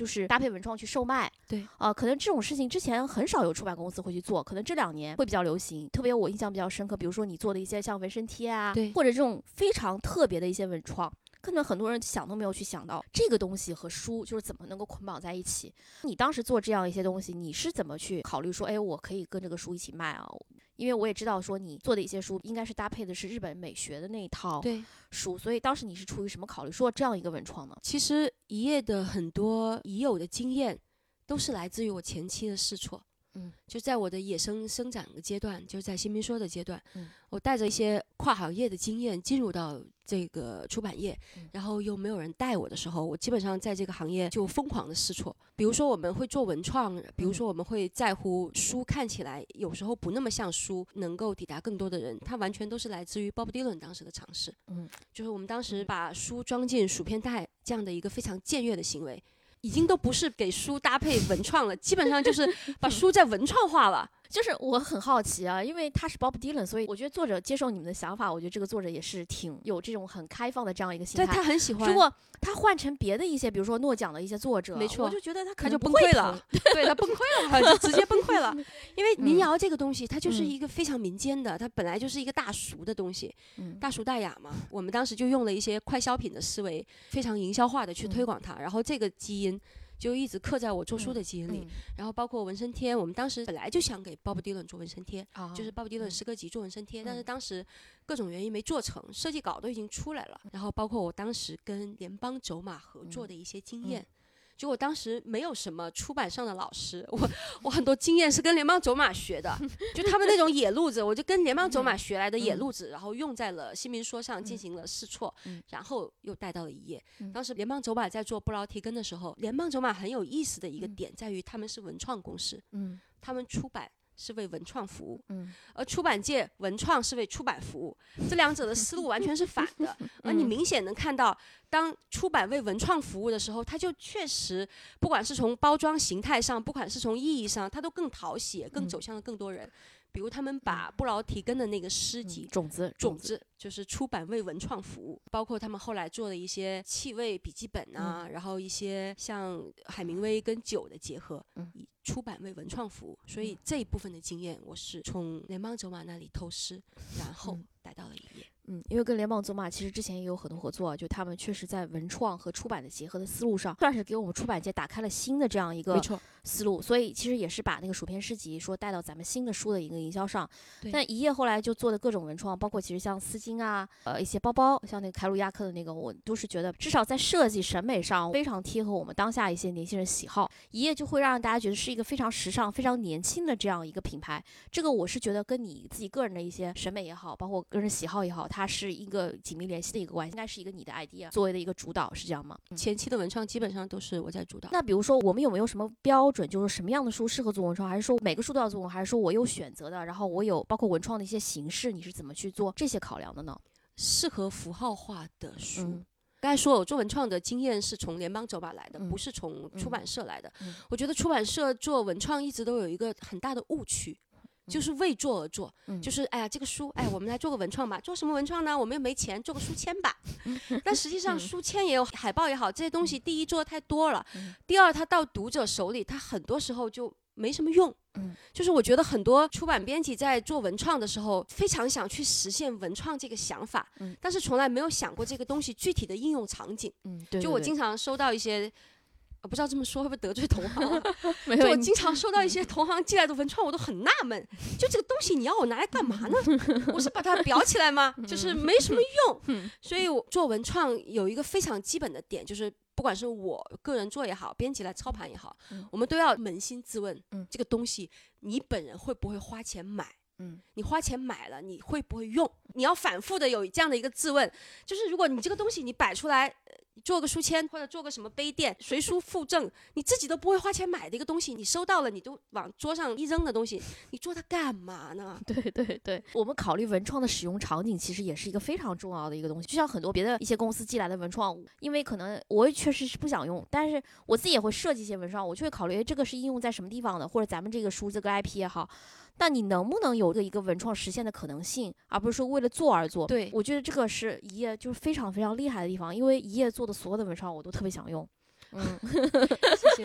B: 就是搭配文创去售卖。
A: 对
B: 可能这种事情之前很少有出版公司会去做，可能这2年会比较流行。特别我印象比较深刻，比如说你做的一些像纹身贴啊，
A: 对，
B: 或者这种非常特别的一些文创，可能很多人想都没有去想到这个东西和书就是怎么能够捆绑在一起。你当时做这样一些东西，你是怎么去考虑说，哎，我可以跟这个书一起卖啊？因为我也知道说你做的一些书应该是搭配的是日本美学的那一套书，所以当时你是出于什么考虑说这样一个文创呢？
A: 其实一页的很多已有的经验都是来自于我前期的试错。就在我的野生生长的阶段，就在新民说的阶段，我带着一些跨行业的经验进入到这个出版业，然后又没有人带我的时候，我基本上在这个行业就疯狂的试错。比如说我们会做文创，比如说我们会在乎书看起来有时候不那么像书，能够抵达更多的人，它完全都是来自于 Bob Dylan 当时的尝试。就是我们当时把书装进薯片袋这样的一个非常僭越的行为，已经都不是给书搭配文创了，基本上就是把书在文创化了。
B: 就是我很好奇啊，因为他是 Bob Dylan， 所以我觉得作者接受你们的想法，我觉得这个作者也是挺有这种很开放的这样一个心态。
A: 对，他很喜欢。
B: 如果他换成别的一些，比如说诺奖的一些作者，
A: 没错，
B: 我就觉得他
A: 就崩溃了。对，他崩溃了，就直接崩溃了。因为民谣这个东西，它就是一个非常民间的，它本来就是一个大俗的东西，大俗大雅嘛。我们当时就用了一些快消品的思维，非常营销化的去推广它，然后这个基因就一直刻在我做书的基因里。然后包括纹身贴，我们当时本来就想给 Bob Dylan 做纹身贴，就是 Bob Dylan 诗歌集做纹身贴，但是当时各种原因没做成，设计稿都已经出来了。然后包括我当时跟联邦走马合作的一些经验，就我当时没有什么出版上的老师，我很多经验是跟联邦走马学的，就他们那种野路子，我就跟联邦走马学来的野路子，然后用在了新民说上进行了试错，然后又带到了一页。当时联邦走马在做布劳提根的时候，联邦走马很有意思的一个点在于他们是文创公司，他们出版是为文创服务，而出版界文创是为出版服务，这两者的思路完全是反的。而你明显能看到，当出版为文创服务的时候，它就确实不管是从包装形态上，不管是从意义上，它都更讨喜，更走向了更多人。比如他们把布劳提根的那个诗集
B: 种子
A: 就是出版为文创服务，包括他们后来做的一些气味笔记本啊，然后一些像海明威跟酒的结合，以出版为文创服务。所以这一部分的经验我是从联邦走马那里偷师，然后带到了一页。
B: 因为跟联邦走马其实之前也有很多合作，就他们确实在文创和出版的结合的思路上，算是给我们出版界打开了新的这样一个思路。所以其实也是把那个薯片诗集说带到咱们新的书的一个营销上。但一页后来就做的各种文创，包括其实像丝巾啊，一些包包，像那个凯鲁亚克的那个，我都是觉得至少在设计审美上非常贴合我们当下一些年轻人喜好。一页就会让大家觉得是一个非常时尚、非常年轻的这样一个品牌。这个我是觉得跟你自己个人的一些审美也好，包括个人喜好也好，它是一个紧密联系的一个关系，应该是一个你的 idea 作为的一个主导，是这样吗？
A: 前期的文创基本上都是我在主导。
B: 那比如说我们有没有什么标准，就是什么样的书适合做文创，还是说每个书都要做文创，还是说我有选择的，然后我有包括文创的一些形式，你是怎么去做这些考量的呢？
A: 适合符号化的书。刚才说我做文创的经验是从联邦走马来的，不是从出版社来的。我觉得出版社做文创一直都有一个很大的误区，就是为做而做，就是哎呀这个书，哎我们来做个文创吧，做什么文创呢？我们又没钱，做个书签吧。但实际上书签也有，海报也好，这些东西第一做的太多了，第二它到读者手里，它很多时候就没什么用。就是我觉得很多出版编辑在做文创的时候，非常想去实现文创这个想法，但是从来没有想过这个东西具体的应用场景。就我经常收到一些，我不知道这么说会不会得罪同行就我经常收到一些同行寄来的文创，我都很纳闷，就这个东西你要我拿来干嘛呢？我是把它裱起来吗？就是没什么用。所以我做文创有一个非常基本的点，就是不管是我个人做也好，编辑来操盘也好，我们都要扪心自问，这个东西你本人会不会花钱买？你花钱买了，你会不会用？你要反复的有这样的一个自问，就是如果你这个东西你摆出来，做个书签或者做个什么杯垫，随书附赠，你自己都不会花钱买的一个东西，你收到了你都往桌上一扔的东西，你做它干嘛呢？
B: 对，我们考虑文创的使用场景其实也是一个非常重要的一个东西。就像很多别的一些公司寄来的文创，因为可能我确实是不想用，但是我自己也会设计一些文创，我就会考虑这个是应用在什么地方的，或者咱们这个书这个 IP 也好，那你能不能有一个文创实现的可能性，而不是说为了做而做。
A: 对，
B: 我觉得这个是一页就是非常非常厉害的地方，因为一页做的所有的文创我都特别想用。
A: 谢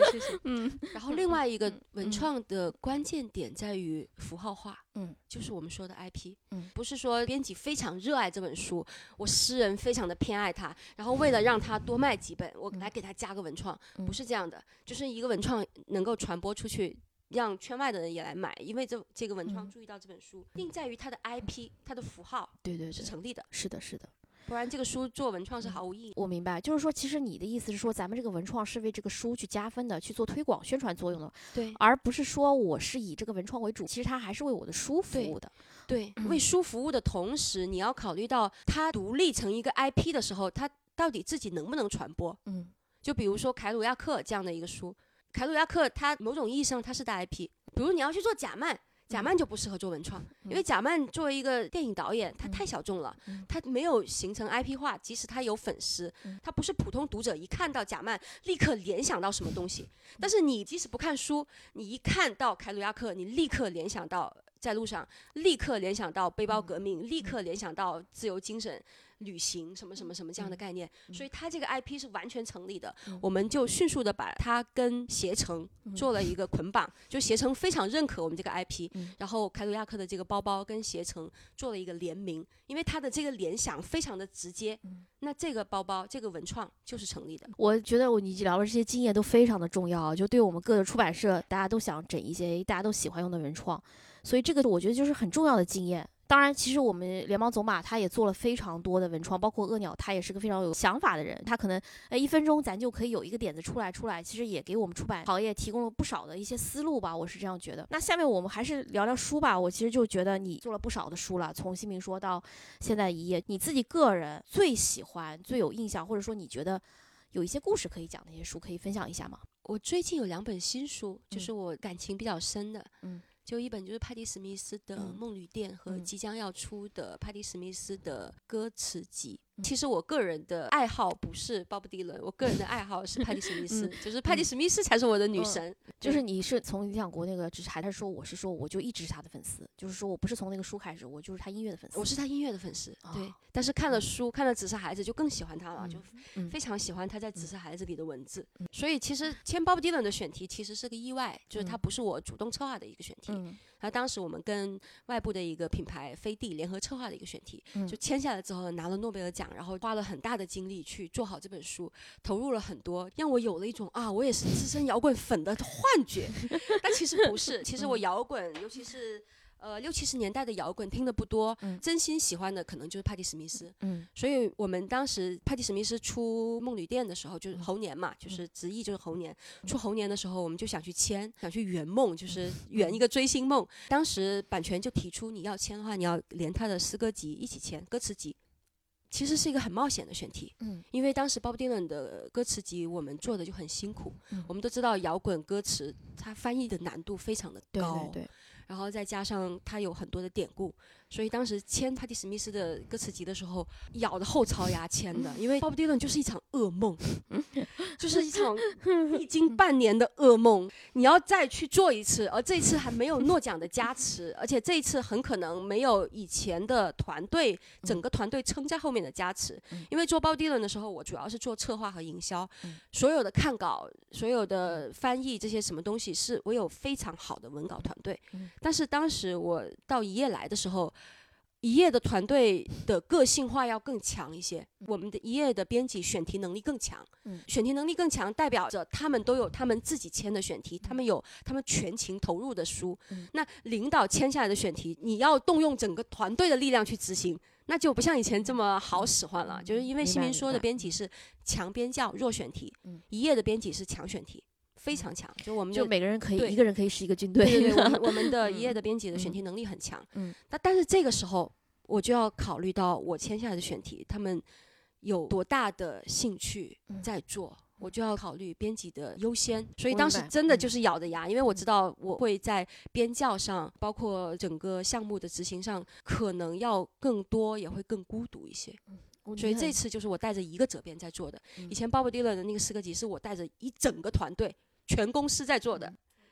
A: 一个文创的关键点在于符号化，就是我们说的 IP，不是说编辑非常热爱这本书，我诗人非常的偏爱它，然后为了让它多卖几本，我来给它加个文创，不是这样的，就是一个文创能够传播出去，让圈外的人也来买，因为这个文创注意到这本书，定在于它的 IP，它的符号，对，是成立的，
B: 是的，是的。
A: 不然这个书做文创是毫无意义。
B: 我明白，就是说，其实你的意思是说，咱们这个文创是为这个书去加分的，去做推广宣传作用的，
A: 对，
B: 而不是说我是以这个文创为主，其实它还是为我的书服务的。
A: 对，为书服务的同时，你要考虑到它独立成一个 IP 的时候，它到底自己能不能传播？就比如说凯鲁亚克这样的一个书，凯鲁亚克它某种意义上它是大 IP， 比如你要去做贾曼。贾曼就不适合做文创，因为贾曼作为一个电影导演，他太小众了，他没有形成 IP 化，即使他有粉丝，他不是普通读者一看到贾曼立刻联想到什么东西。但是你即使不看书，你一看到凯鲁亚克，你立刻联想到在路上，立刻联想到背包革命，立刻联想到自由精神。旅行什么什么什么这样的概念，所以它这个 IP 是完全成立的。我们就迅速的把它跟携程做了一个捆绑，就携程非常认可我们这个 IP，然后凯鲁亚克的这个包包跟携程做了一个联名，因为它的这个联想非常的直接，那这个包包这个文创就是成立的。
B: 我觉得你聊的这些经验都非常的重要，就对我们各个出版社，大家都想整一些大家都喜欢用的文创，所以这个我觉得就是很重要的经验。当然，其实我们联邦走马他也做了非常多的文创，包括恶鸟，他也是个非常有想法的人。他可能1分钟咱就可以有一个点子出来，其实也给我们出版行业提供了不少的一些思路吧，我是这样觉得。那下面我们还是聊聊书吧。我其实就觉得你做了不少的书了，从新民说到现在一页，你自己个人最喜欢、最有印象，或者说你觉得有一些故事可以讲的一些书，可以分享一下吗？
A: 我最近有2本新书，就是我感情比较深的，就一本就是帕蒂史密斯的《梦旅店》和即将要出的帕蒂史密斯的歌词集。其实我个人的爱好不是鲍勃迪伦，我个人的爱好是帕蒂史密斯，就是帕蒂史密斯才是我的女神。
B: 就是你是从理想国那个只是还是说我是说我就一直是他的粉丝，就是说我不是从那个书开始，我就是他音乐的粉丝。
A: 我是他音乐的粉丝，对。但是看了书，看了《紫色孩子》就更喜欢他了，就非常喜欢他在《紫色孩子》里的文字。所以其实签鲍勃迪伦的选题其实是个意外，就是他不是我主动策划的一个选题。然后当时我们跟外部的一个品牌飞地联合策划的一个选题，就签下来之后拿了诺贝尔奖，然后花了很大的精力去做好这本书，投入了很多，让我有了一种我也是资深摇滚粉的幻觉。但其实不是，其实我摇滚，尤其是60、70年代的摇滚听的不多，真心喜欢的可能就是帕蒂史密斯。所以我们当时帕蒂史密斯出《梦旅店》的时候，就是猴年嘛，就是直译就是猴年。出猴年的时候，我们就想去签，想去圆梦，就是圆一个追星梦。当时版权就提出，你要签的话，你要连他的诗歌集一起签，歌词集。其实是一个很冒险的选题，因为当时鲍勃迪伦的歌词集我们做的就很辛苦，我们都知道摇滚歌词它翻译的难度非常的高，
B: 对，
A: 然后再加上它有很多的典故，所以当时签帕蒂史密斯的歌词集的时候，咬着后槽牙签的，因为鲍勃迪伦就是一场噩梦，就是一场历经半年的噩梦，你要再去做一次，而这一次还没有诺奖的加持，而且这一次很可能没有以前的团队整个团队撑在后面的加持，因为做鲍勃迪伦的时候，我主要是做策划和营销，所有的看稿、所有的翻译这些什么东西，是我有非常好的文稿团队，但是当时我到一页来的时候，一页的团队的个性化要更强一些，我们的一页的编辑选题能力更强，选题能力更强代表着他们都有他们自己签的选题，他们有他们全情投入的书，那领导签下来的选题，你要动用整个团队的力量去执行，那就不像以前这么好使唤了，就是因为新民说的编辑是强编校弱选题，一页的编辑是强选题。非常强，就我们
B: 就每个人可以一个人可以是一个军队，
A: 对，我们的一页的编辑的选题能力很强，但是这个时候我就要考虑到我签下来的选题他们有多大的兴趣在做，我就要考虑编辑的优先，所以当时真的就是咬着牙，因为我知道我会在编校上，包括整个项目的执行上，可能要更多，也会更孤独一些。所以这次就是我带着一个责编在做的，以前鲍勃迪伦的那个诗歌集是我带着一整个团队全公司在做的，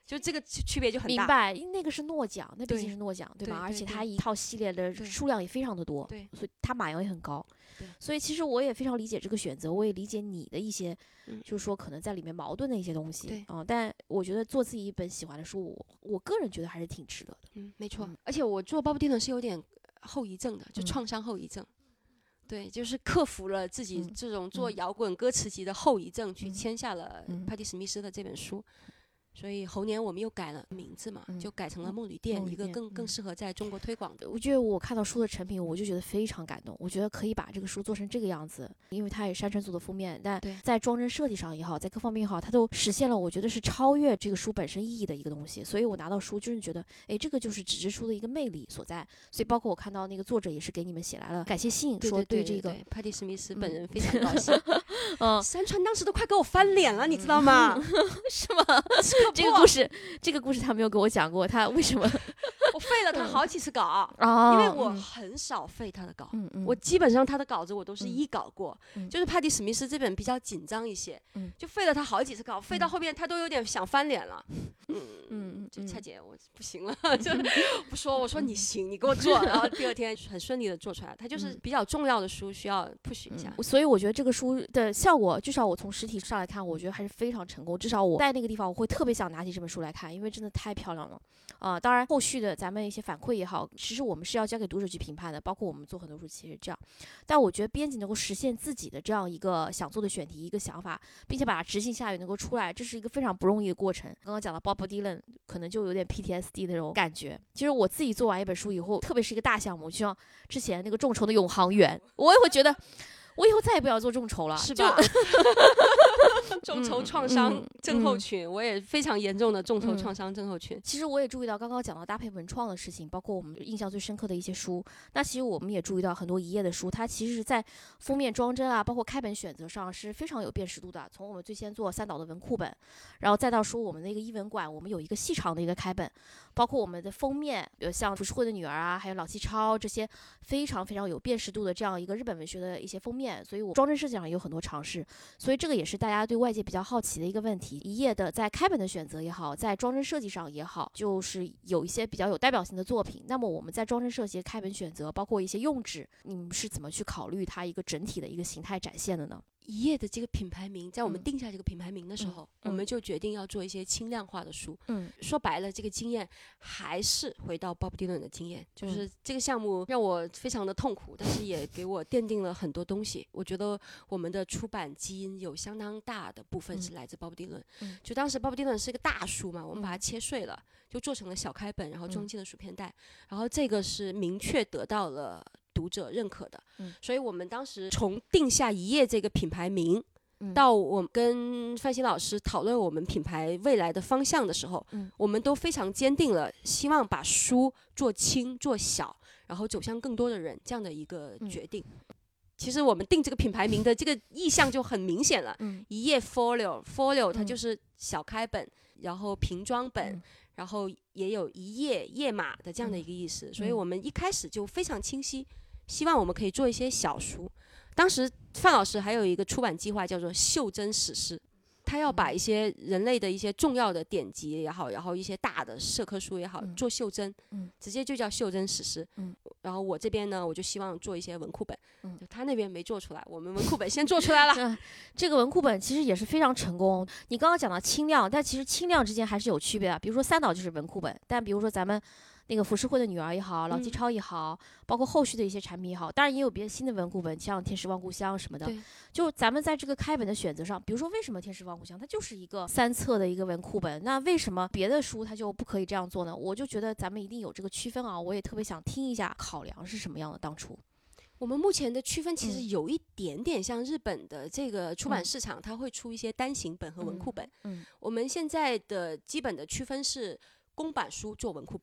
A: 就这个区别就很大。
B: 明白，因为那个是诺奖，那毕
A: 对
B: 竟是诺奖，对吧？
A: 对
B: 而且它
A: 对
B: 一套系列的
A: 对
B: 数量也非常的多，
A: 对
B: 所以它码阳也很高
A: 对。
B: 所以其实我也非常理解这个选择，我也理解你的一些，就是说可能在里面矛盾的一些东西。
A: 对
B: 但我觉得做自己一本喜欢的书，我个人觉得还是挺值得的。
A: 没错。而且我做鲍勃迪伦是有点后遗症的，就创伤后遗症。对，就是克服了自己这种做摇滚歌词集的后遗症，去签下了帕蒂·史密斯的这本书。所以猴年我们又改了名字嘛，就改成了梦旅店，一个更适合在中国推广的。
B: 我觉得我看到书的成品，我就觉得非常感动。我觉得可以把这个书做成这个样子，因为它也山城组的封面，但在装帧设计上也好，在各方面也好，它都实现了我觉得是超越这个书本身意义的一个东西。所以我拿到书就是觉得，哎，这个就是纸质书的一个魅力所在。所以包括我看到那个作者也是给你们写来了感谢信，说
A: 对
B: 这个
A: 帕蒂·史密斯本人非常高兴。山川当时都快给我翻脸了，你知道吗？
B: 是吗？这个故事他没有跟我讲过，他为什么？
A: 我废了他好几次稿因为我很少废他的稿，我基本上他的稿子我都是一稿过，就是帕蒂·史密斯这本比较紧张一些，就废了他好几次稿，废到后面他都有点想翻脸了。就恰姐我不行了，就不说，我说你行，你给我做，然后第二天很顺利的做出来。它就是比较重要的书，需要 push 一下。
B: 所以我觉得这个书的效果，至少我从实体上来看，我觉得还是非常成功。至少我在那个地方，我会特别想拿起这本书来看，因为真的太漂亮了。当然后续的咱们一些反馈也好，其实我们是要交给读者去评判的，包括我们做很多书其实这样。但我觉得编辑能够实现自己的这样一个想做的选题、一个想法，并且把它执行下来能够出来，这是一个非常不容易的过程。刚刚讲到 Bob Dylan 可能就有点 PTSD 的那种感觉。其实我自己做完一本书以后，特别是一个大项目，就像之前那个众筹的永航员，我也会觉得我以后再也不要做众筹了，
A: 是吧？众筹创伤症候群，我也非常严重的众筹创伤症候群。
B: 其实我也注意到刚刚讲到搭配文创的事情，包括我们印象最深刻的一些书，那其实我们也注意到很多一页的书，它其实是在封面装帧啊，包括开本选择上是非常有辨识度的。从我们最先做三岛的文库本，然后再到说我们的一个译文馆，我们有一个细长的一个开本，包括我们的封面，比如像浮世绘的女儿啊，还有老纪超这些非常非常有辨识度的这样一个日本文学的一些封面，所以我装帧设计上也有很多尝试。所以这个也是大家对外界比较好奇的一个问题，一页的在开本的选择也好，在装帧设计上也好，就是有一些比较有代表性的作品。那么我们在装帧设计、开本选择，包括一些用纸，你们是怎么去考虑它一个整体的一个形态展现的呢？
A: 一页的这个品牌名，在我们定下这个品牌名的时候，我们就决定要做一些轻量化的书。说白了，这个经验还是回到 Bob Dylan 的经验，就是这个项目让我非常的痛苦，但是也给我奠定了很多东西。我觉得我们的出版基因有相当大的部分是来自 Bob Dylan。就当时 Bob Dylan 是一个大书嘛，我们把它切碎了，就做成了小开本，然后装进了薯片袋，然后这个是明确得到了读者认可的。所以我们当时从定下一页这个品牌名，到我跟范鑫老师讨论我们品牌未来的方向的时候，我们都非常坚定了希望把书做轻做小，然后走向更多的人这样的一个决定。其实我们定这个品牌名的这个意向就很明显了，一页 folio 它就是小开本，然后平装本，然后也有一页页码的这样的一个意思。所以我们一开始就非常清晰，希望我们可以做一些小书。当时范老师还有一个出版计划叫做袖珍史诗，他要把一些人类的一些重要的典籍也好，然后一些大的社科书也好，做袖珍，直接就叫袖珍史诗。然后我这边呢，我就希望做一些文库本，就他那边没做出来，我们文库本先做出来了。
B: 这个文库本其实也是非常成功。你刚刚讲到轻量，但其实轻量之间还是有区别的。比如说三岛就是文库本，但比如说咱们那个浮世绘的女儿也好，老纪超也好，包括后续的一些产品也好，当然也有别的新的文库本，像天使望故乡什么的。就咱们在这个开本的选择上，比如说为什么天使望故乡它就是一个3册的一个文库本，那为什么别的书它就不可以这样做呢？我就觉得咱们一定有这个区分啊，我也特别想听一下考量是什么样的。当初
A: 我们目前的区分其实有一点点像日本的这个出版市场，它会出一些单行本和文库本。我们现在的基本的区分是公版书做文库本，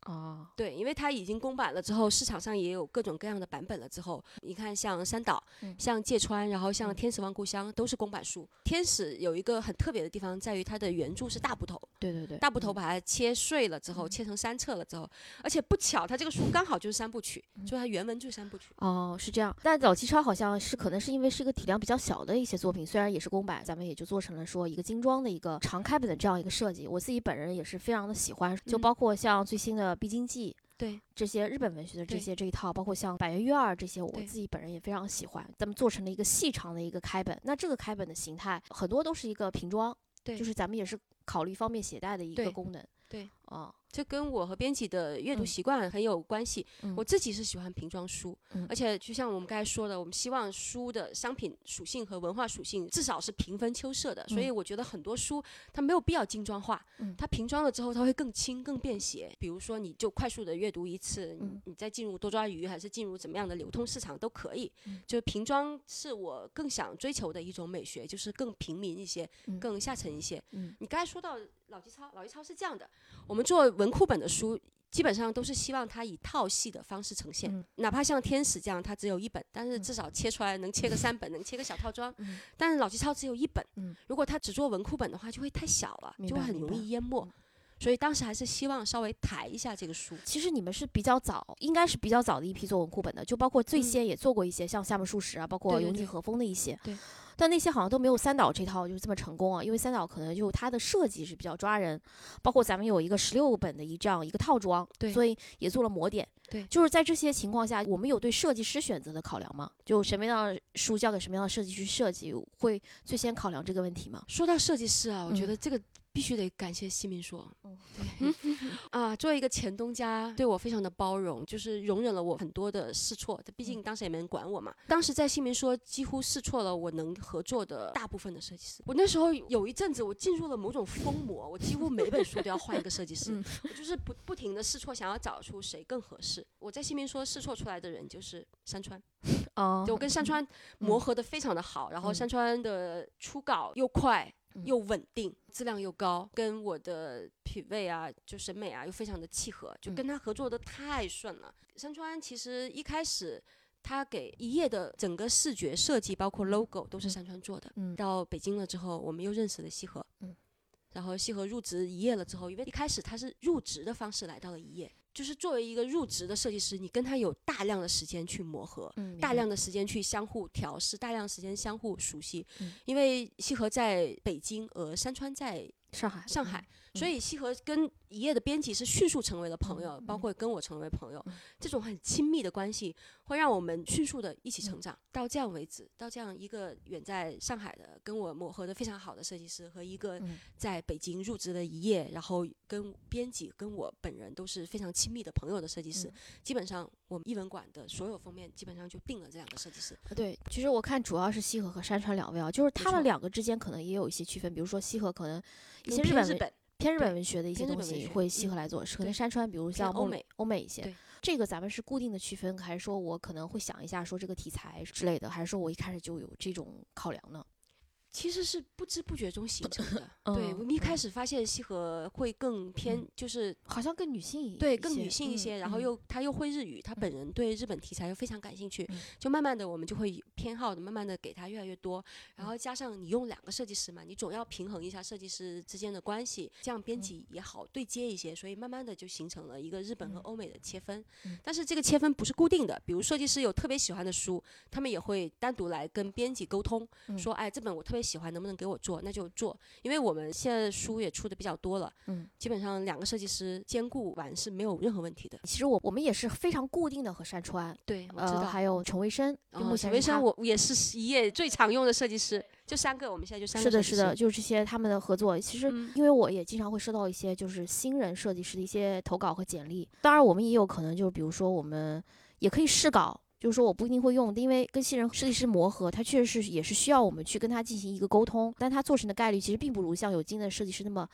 B: 哦，
A: 对，因为它已经公版了之后，市场上也有各种各样的版本了之后，你看像三岛、像芥川，然后像天使望故乡都是公版书。天使有一个很特别的地方在于它的原著是大部头，
B: 对对对，
A: 大部头把它切碎了之后，切成3册了之后，而且不巧，它这个书刚好就是3部曲，就它原文就是3部曲。
B: 哦，是这样。但老纪超好像是可能是因为是一个体量比较小的一些作品，虽然也是公版，咱们也就做成了说一个精装的一个长开本的这样一个设计。我自己本人也是非常的喜欢，就包括像最新的《必经记》。
A: 对
B: 这些日本文学的这一套，包括像百元悦二这些，我自己本人也非常喜欢。咱们做成了一个细长的一个开本，那这个开本的形态很多都是一个瓶装，
A: 对，
B: 就是咱们也是考虑方便携带的一个功能。
A: 对，
B: 啊，
A: 这跟我和编辑的阅读习惯很有关系。我自己是喜欢瓶装书，而且就像我们刚才说的，我们希望书的商品属性和文化属性至少是平分秋色的，所以我觉得很多书它没有必要精装化，它瓶装了之后它会更轻更便携。比如说你就快速的阅读一次，你再进入多抓鱼还是进入怎么样的流通市场都可以。就瓶装是我更想追求的一种美学，就是更平民一些，更下沉一些。你刚才说到老纪超是这样的，我们做文库本的书基本上都是希望它以套系的方式呈现，哪怕像天使这样它只有1本，但是至少切出来能切个3本，能切个小套装。但是老纪超只有1本，如果它只做文库本的话就会太小了，就会很容易淹没。所以当时还是希望稍微抬一下这个书。
B: 其实你们是比较早，应该是比较早的一批做文库本的，就包括最先也做过一些像夏目漱石啊，包括永井和风的一些。
A: 对。
B: 但那些好像都没有三岛这套就是这么成功啊，因为三岛可能就它的设计是比较抓人，包括咱们有一个16本的这样一个套装，
A: 对，
B: 所以也做了摹点。
A: 对，
B: 就是在这些情况下，我们有对设计师选择的考量吗？就什么样的书交给什么样的设计师设计，会最先考量这个问题吗？
A: 说到设计师啊，我觉得这个必须得感谢西明说，对啊，作为一个前东家，对我非常的包容，就是容忍了我很多的试错。毕竟当时也没人管我嘛。当时在西明说，几乎试错了我能合作的大部分的设计师。我那时候有一阵子，我进入了某种疯魔，我几乎每本书都要换一个设计师，我就是不停的试错，想要找出谁更合适。我在西明说试错出来的人就是山川。就我跟山川磨合的非常的好，然后山川的初稿又快又稳定，质量又高，跟我的品味啊就审美啊又非常的契合，就跟他合作的太顺了。山川其实一开始他给一页的整个视觉设计包括 logo 都是山川做的，到北京了之后我们又认识了西河，然后西河入职一页了之后，因为一开始他是入职的方式来到了一页，就是作为一个入职的设计师，你跟他有大量的时间去磨合，大量的时间去相互调试，大量的时间相互熟悉。因为西河在北京，而山川在上海，所以西河跟一页的编辑是迅速成为了朋友，包括跟我成为朋友，这种很亲密的关系会让我们迅速的一起成长。到这样为止，到这样一个远在上海的跟我磨合的非常好的设计师，和一个在北京入职的一页，然后跟编辑跟我本人都是非常亲密的朋友的设计师，基本上我们译文馆的所有封面基本上就定了这2个设计师。
B: 对，其实我看主要是西河和山川2位啊，就是他们2个之间可能也有一些区分，比如说西河可能一些偏日本文学的一些东西会西河来做，可能山川比如像欧美一些。这个咱们是固定的区分，还是说我可能会想一下说这个题材之类的，还是说我一开始就有这种考量呢？
A: 其实是不知不觉中形成的。对，我们一开始发现西河会更偏，就是
B: 好像更女性一些，
A: 对，更女性一些，然后他又会日语，他本人对日本题材又非常感兴趣，就慢慢的我们就会偏好的，慢慢的给他越来越多，然后加上你用2个设计师嘛，你总要平衡一下设计师之间的关系，这样编辑也好对接一些，所以慢慢的就形成了一个日本和欧美的切分。但是这个切分不是固定的，比如设计师有特别喜欢的书，他们也会单独来跟编辑沟通，说哎，这本我特别喜欢，能不能给我做？那就做，因为我们现在书也出的比较多了，基本上2个设计师兼顾完是没有任何问题的。
B: 其实我们也是非常固定的和山川，
A: 对，我知道，
B: 还有陈维生，目前
A: 陈维生我也是一页最常用的设计师，就3个，我们现在就3个。
B: 是的，就是这些他们的合作。其实因为我也经常会收到一些就是新人设计师的一些投稿和简历，当然我们也有可能就是比如说我们也可以试稿。就是说我不一定会用，因为跟新人设计师磨合，他确实是也是需要我们去跟他进行一个沟通，但他做成的概率其实并不如像有经验的设计师那么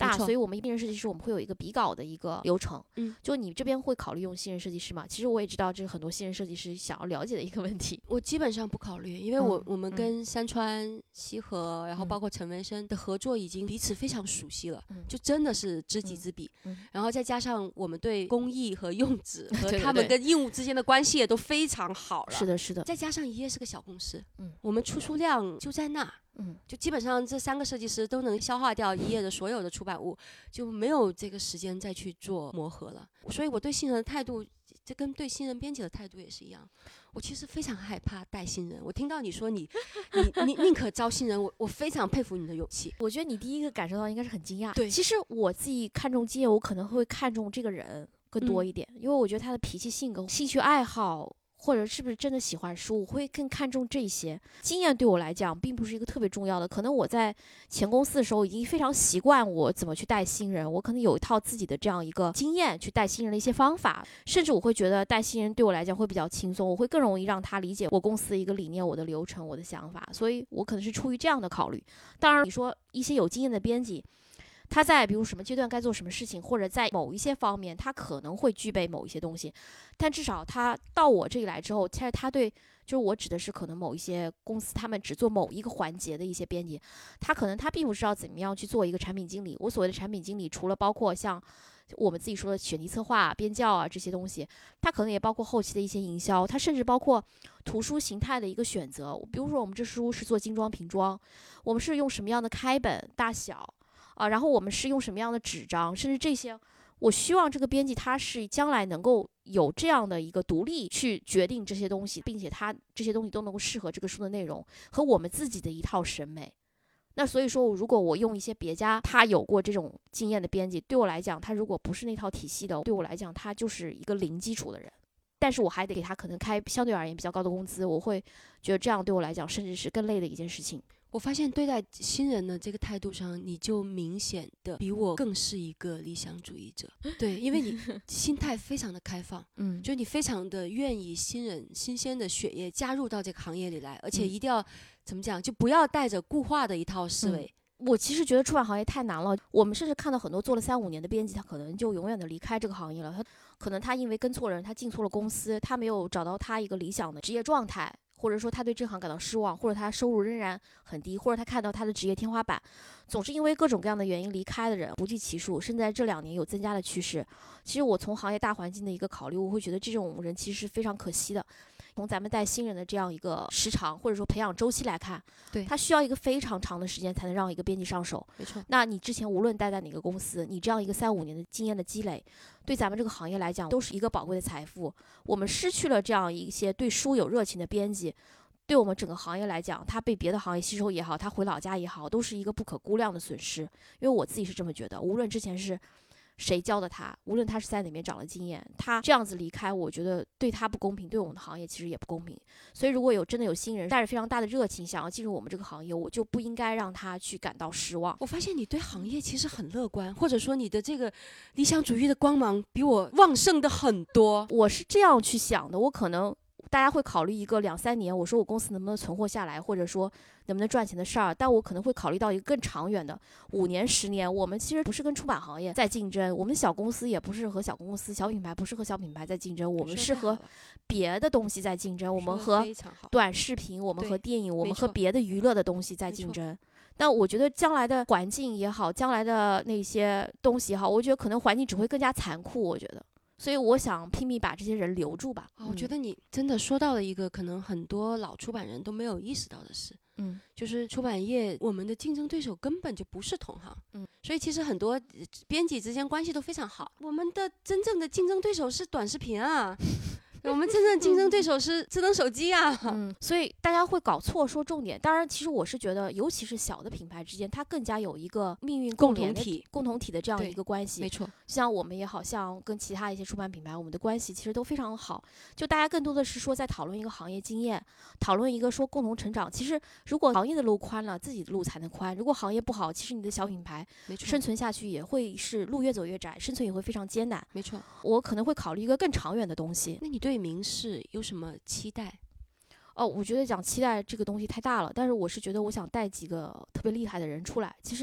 B: 大，所以我们新人设计师我们会有一个比稿的一个流程。就你这边会考虑用新人设计师吗？其实我也知道这是很多新人设计师想要了解的一个问题。
A: 我基本上不考虑，因为我们跟山川、西河，然后包括陈维生的合作已经彼此非常熟悉了，就真的是知己知彼。然后再加上我们对工艺和用纸和他们跟应务之间的关系也都非常好了。
B: 是的，是的。
A: 再加上一页是个小公司，我们出书量就在那。就基本上这3个设计师都能消化掉一页的所有的出版物，就没有这个时间再去做磨合了。所以我对新人的态度，这跟对新人编辑的态度也是一样。我其实非常害怕带新人。我听到你说你宁可招新人，我非常佩服你的勇气。
B: 我觉得你第一个感受到应该是很惊讶。
A: 对，
B: 其实我自己看重经验，我可能会看重这个人更多一点，因为我觉得他的脾气、性格、兴趣爱好，或者是不是真的喜欢书，我会更看重这些。经验对我来讲并不是一个特别重要的，可能我在前公司的时候已经非常习惯我怎么去带新人，我可能有一套自己的这样一个经验去带新人的一些方法，甚至我会觉得带新人对我来讲会比较轻松，我会更容易让他理解我公司的一个理念、我的流程、我的想法，所以我可能是出于这样的考虑。当然你说一些有经验的编辑，他在比如什么阶段该做什么事情，或者在某一些方面他可能会具备某一些东西，但至少他到我这里来之后，其实他对，就是我指的是可能某一些公司他们只做某一个环节的一些编辑，他可能他并不知道怎么样去做一个产品经理。我所谓的产品经理，除了包括像我们自己说的选题策划、编校啊这些东西，它可能也包括后期的一些营销，它甚至包括图书形态的一个选择。比如说我们这书是做精装平装，我们是用什么样的开本大小然后我们是用什么样的纸张，甚至这些我希望这个编辑他是将来能够有这样的一个独立去决定这些东西，并且他这些东西都能够适合这个书的内容和我们自己的一套审美。那所以说如果我用一些别家他有过这种经验的编辑，对我来讲他如果不是那套体系的，对我来讲他就是一个零基础的人，但是我还得给他可能开相对而言比较高的工资，我会觉得这样对我来讲甚至是更累的一件事情。
A: 我发现对待新人的这个态度上，你就明显的比我更是一个理想主义者。对，因为你心态非常的开放，就你非常的愿意新人新鲜的血液加入到这个行业里来，而且一定要怎么讲，就不要带着固化的一套思维。
B: 我其实觉得出版行业太难了，我们甚至看到很多做了3-5年的编辑，他可能就永远的离开这个行业了。他可能他因为跟错人，他进错了公司，他没有找到他一个理想的职业状态，或者说他对这行感到失望，或者他收入仍然很低，或者他看到他的职业天花板，总是因为各种各样的原因离开的人不计其数，甚至在这2年有增加的趋势。其实我从行业大环境的一个考虑，我会觉得这种人其实是非常可惜的。从咱们带新人的这样一个时长或者说培养周期来看，
A: 对，
B: 他需要一个非常长的时间才能让一个编辑上手。
A: 没错。
B: 那你之前无论待在哪个公司，你这样一个3-5年的经验的积累，对咱们这个行业来讲都是一个宝贵的财富。我们失去了这样一些对书有热情的编辑，对我们整个行业来讲，他被别的行业吸收也好，他回老家也好，都是一个不可估量的损失。因为我自己是这么觉得，无论之前是谁教的他，无论他是在哪边长了经验，他这样子离开，我觉得对他不公平，对我们的行业其实也不公平。所以如果真的有新人带着非常大的热情想要进入我们这个行业，我就不应该让他去感到失望。
A: 我发现你对行业其实很乐观，或者说你的这个理想主义的光芒比我旺盛的很多。
B: 我是这样去想的，我可能大家会考虑一个2-3年，我说我公司能不能存活下来，或者说能不能赚钱的事儿，但我可能会考虑到一个更长远的5年、10年。我们其实不是跟出版行业在竞争，我们小公司也不是和小公司、小品牌不是和小品牌在竞争，我们是和别的东西在竞争，我们和短视频，我们和电影，我们和别的娱乐的东西在竞争。但我觉得将来的环境也好，将来的那些东西也好，我觉得可能环境只会更加残酷，我觉得。所以我想拼命把这些人留住吧。
A: 我觉得你真的说到了一个可能很多老出版人都没有意识到的事，就是出版业我们的竞争对手根本就不是同行，所以其实很多编辑之间关系都非常好。我们的真正的竞争对手是短视频啊。我们真正竞争对手是智能手机啊，
B: 所以大家会搞错说重点。当然，其实我是觉得，尤其是小的品牌之间，它更加有一个命运共同体的这样一个关系。
A: 没错，
B: 像我们也好像跟其他一些出版品牌，我们的关系其实都非常好。就大家更多的是说在讨论一个行业经验，讨论一个说共同成长。其实如果行业的路宽了，自己的路才能宽。如果行业不好，其实你的小品牌生存下去也会是路越走越窄，生存也会非常艰难。
A: 没错，
B: 我可能会考虑一个更长远的东西。
A: 那你对明世有什么期待？
B: 我觉得讲期待这个东西太大了，但是我是觉得我想带几个特别厉害的人出来。其实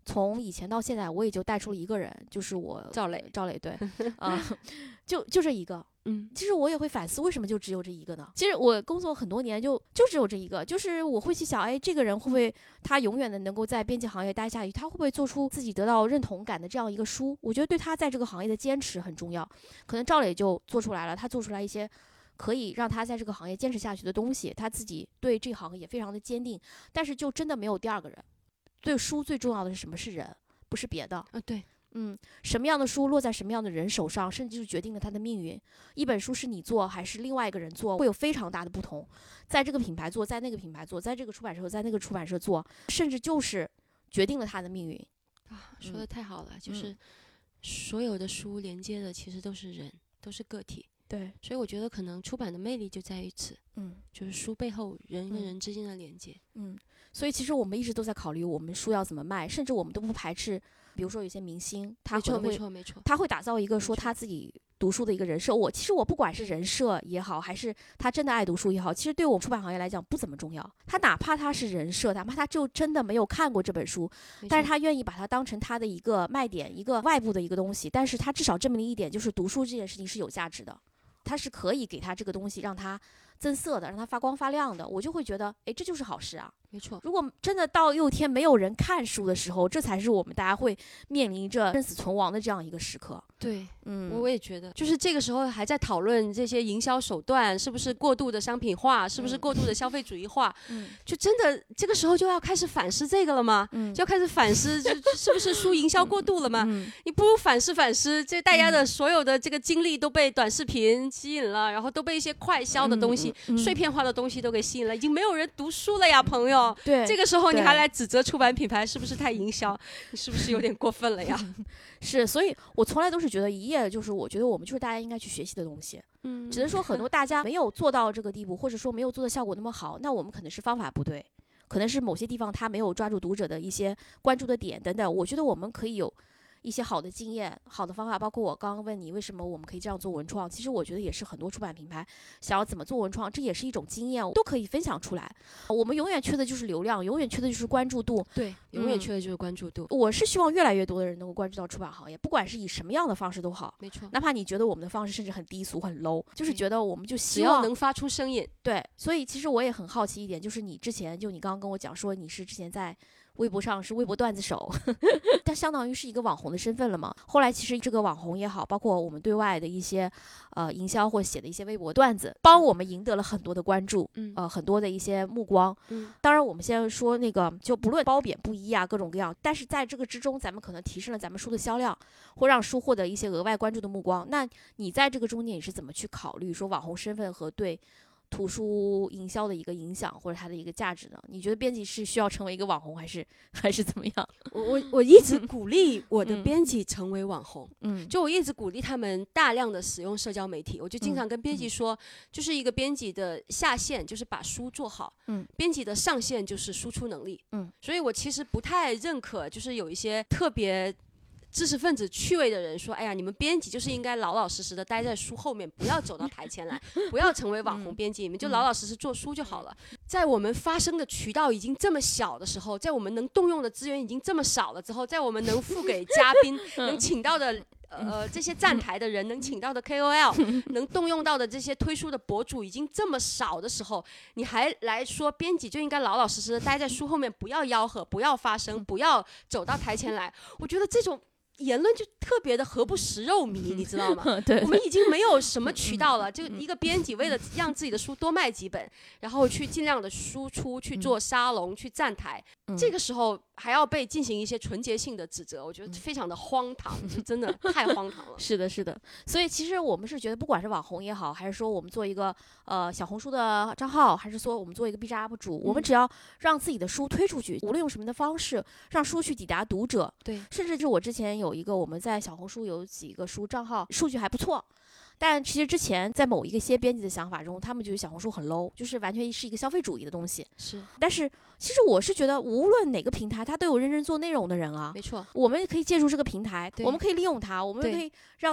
B: 从以前到现在，我也就带出了一个人，就是我
A: 赵磊
B: 对，就这一个。其实我也会反思，为什么就只有这一个呢？其实我工作很多年就只有这一个，就是我会去想，哎，这个人会不会他永远的能够在编辑行业待下去？他会不会做出自己得到认同感的这样一个书？我觉得对他在这个行业的坚持很重要。可能赵磊就做出来了，他做出来一些可以让他在这个行业坚持下去的东西，他自己对这行也非常的坚定，但是就真的没有第二个人。对书最重要的是什么？是人，不是别的。
A: 对。
B: 什么样的书落在什么样的人手上，甚至就决定了他的命运。一本书是你做还是另外一个人做，会有非常大的不同。在这个品牌做，在那个品牌做，在这个出版社，在那个出版社做，甚至就是决定了他的命运。
A: 说的太好了，就是所有的书连接的其实都是人，都是个体。
B: 对，
A: 所以我觉得可能出版的魅力就在于此。就是书背后人跟人之间的连接。
B: 所以其实我们一直都在考虑我们书要怎么卖，甚至我们都不排斥，比如说有些明星，他可能会
A: 没错，
B: 他会打造一个说他自己读书的一个人设。其实我不管是人设也好，还是他真的爱读书也好，其实对我们出版行业来讲不怎么重要。他哪怕他是人设，哪怕他就真的没有看过这本书，但是他愿意把它当成他的一个卖点，一个外部的一个东西。但是他至少证明了一点，就是读书这件事情是有价值的，他是可以给他这个东西让他增色的，让它发光发亮的，我就会觉得，哎，这就是好事啊。
A: 没错，
B: 如果真的到有一天没有人看书的时候，这才是我们大家会面临着生死存亡的这样一个时刻。
A: 对，我也觉得，就是这个时候还在讨论这些营销手段是不是过度的商品化，是不是过度的消费主义化，就真的这个时候就要开始反思这个了吗？就要开始反思，是不是书营销过度了吗？你不如反思，这大家的所有的这个精力都被短视频吸引了，然后都被一些快消的东西、碎片化的东西都给吸引了，已经没有人读书了呀，朋友。
B: 对，
A: 这个时候你还来指责出版品牌是不是太营销？你是不是有点过分了呀？
B: 是，所以我从来都是觉得一页就是我觉得我们就是大家应该去学习的东西。只能说很多大家没有做到这个地步，或者说没有做的效果那么好，那我们可能是方法不对，可能是某些地方他没有抓住读者的一些关注的点等等。我觉得我们可以有一些好的经验、好的方法，包括我刚刚问你为什么我们可以这样做文创，其实我觉得也是很多出版品牌想要怎么做文创，这也是一种经验，都可以分享出来。我们永远缺的就是流量，永远缺的就是关注度。
A: 对，永远缺的就是关注度。
B: 我是希望越来越多的人能够关注到出版行业，不管是以什么样的方式都好。
A: 没错，
B: 哪怕你觉得我们的方式甚至很低俗、很 low， 就是觉得我们就希
A: 望只要能发出声音。
B: 对，所以其实我也很好奇一点，就是你之前你刚刚跟我讲说你是之前在微博上是微博段子手，它相当于是一个网红的身份了嘛。后来其实这个网红也好，包括我们对外的一些营销或写的一些微博段子，帮我们赢得了很多的关注，很多的一些目光。当然我们现在说那个就不论褒贬不一啊，各种各样，但是在这个之中，咱们可能提升了咱们书的销量，或让书获得一些额外关注的目光。那你在这个中间你是怎么去考虑说网红身份和对图书营销的一个影响或者它的一个价值呢？你觉得编辑是需要成为一个网红还是怎么样？
A: 我一直鼓励我的编辑成为网红，就我一直鼓励他们大量的使用社交媒体。我就经常跟编辑说，就是一个编辑的下限就是把书做好，编辑的上限就是输出能力，所以我其实不太认可，就是有一些特别知识分子趣味的人说，哎呀，你们编辑就是应该老老实实的待在书后面，不要走到台前来，不要成为网红编辑，你们就老老实实做书就好了。在我们发声的渠道已经这么小的时候，在我们能动用的资源已经这么少了之后，在我们能付给嘉宾能请到的这些站台的人，能请到的 KOL 能动用到的这些推书的博主已经这么少的时候，你还来说编辑就应该老老实实的待在书后面，不要吆喝，不要发声，不要走到台前来。我觉得这种言论就特别的何不食肉糜，你知道吗？
B: 对，
A: 我们已经没有什么渠道了，就一个编辑为了让自己的书多卖几本，然后去尽量的输出，去做沙龙，去站台，这个时候还要被进行一些纯洁性的指责，我觉得非常的荒唐，就真的太荒唐了。
B: 是的，是的。所以其实我们是觉得，不管是网红也好，还是说我们做一个小红书的账号，还是说我们做一个 B 站 UP 主，我们只要让自己的书推出去，无论用什么的方式，让书去抵达读者。
A: 对，
B: 甚至就我之前有一个我们在小红书有几个书账号，数据还不错。但其实之前在某一些编辑的想法中，他们觉得小红书很 low， 就是完全是一个消费主义的东西。
A: 是，
B: 但是其实我是觉得，无论哪个平台，它都有认真做内容的人啊。
A: 没错，
B: 我们可以借助这个平台，我们可以利用它，我们可以让它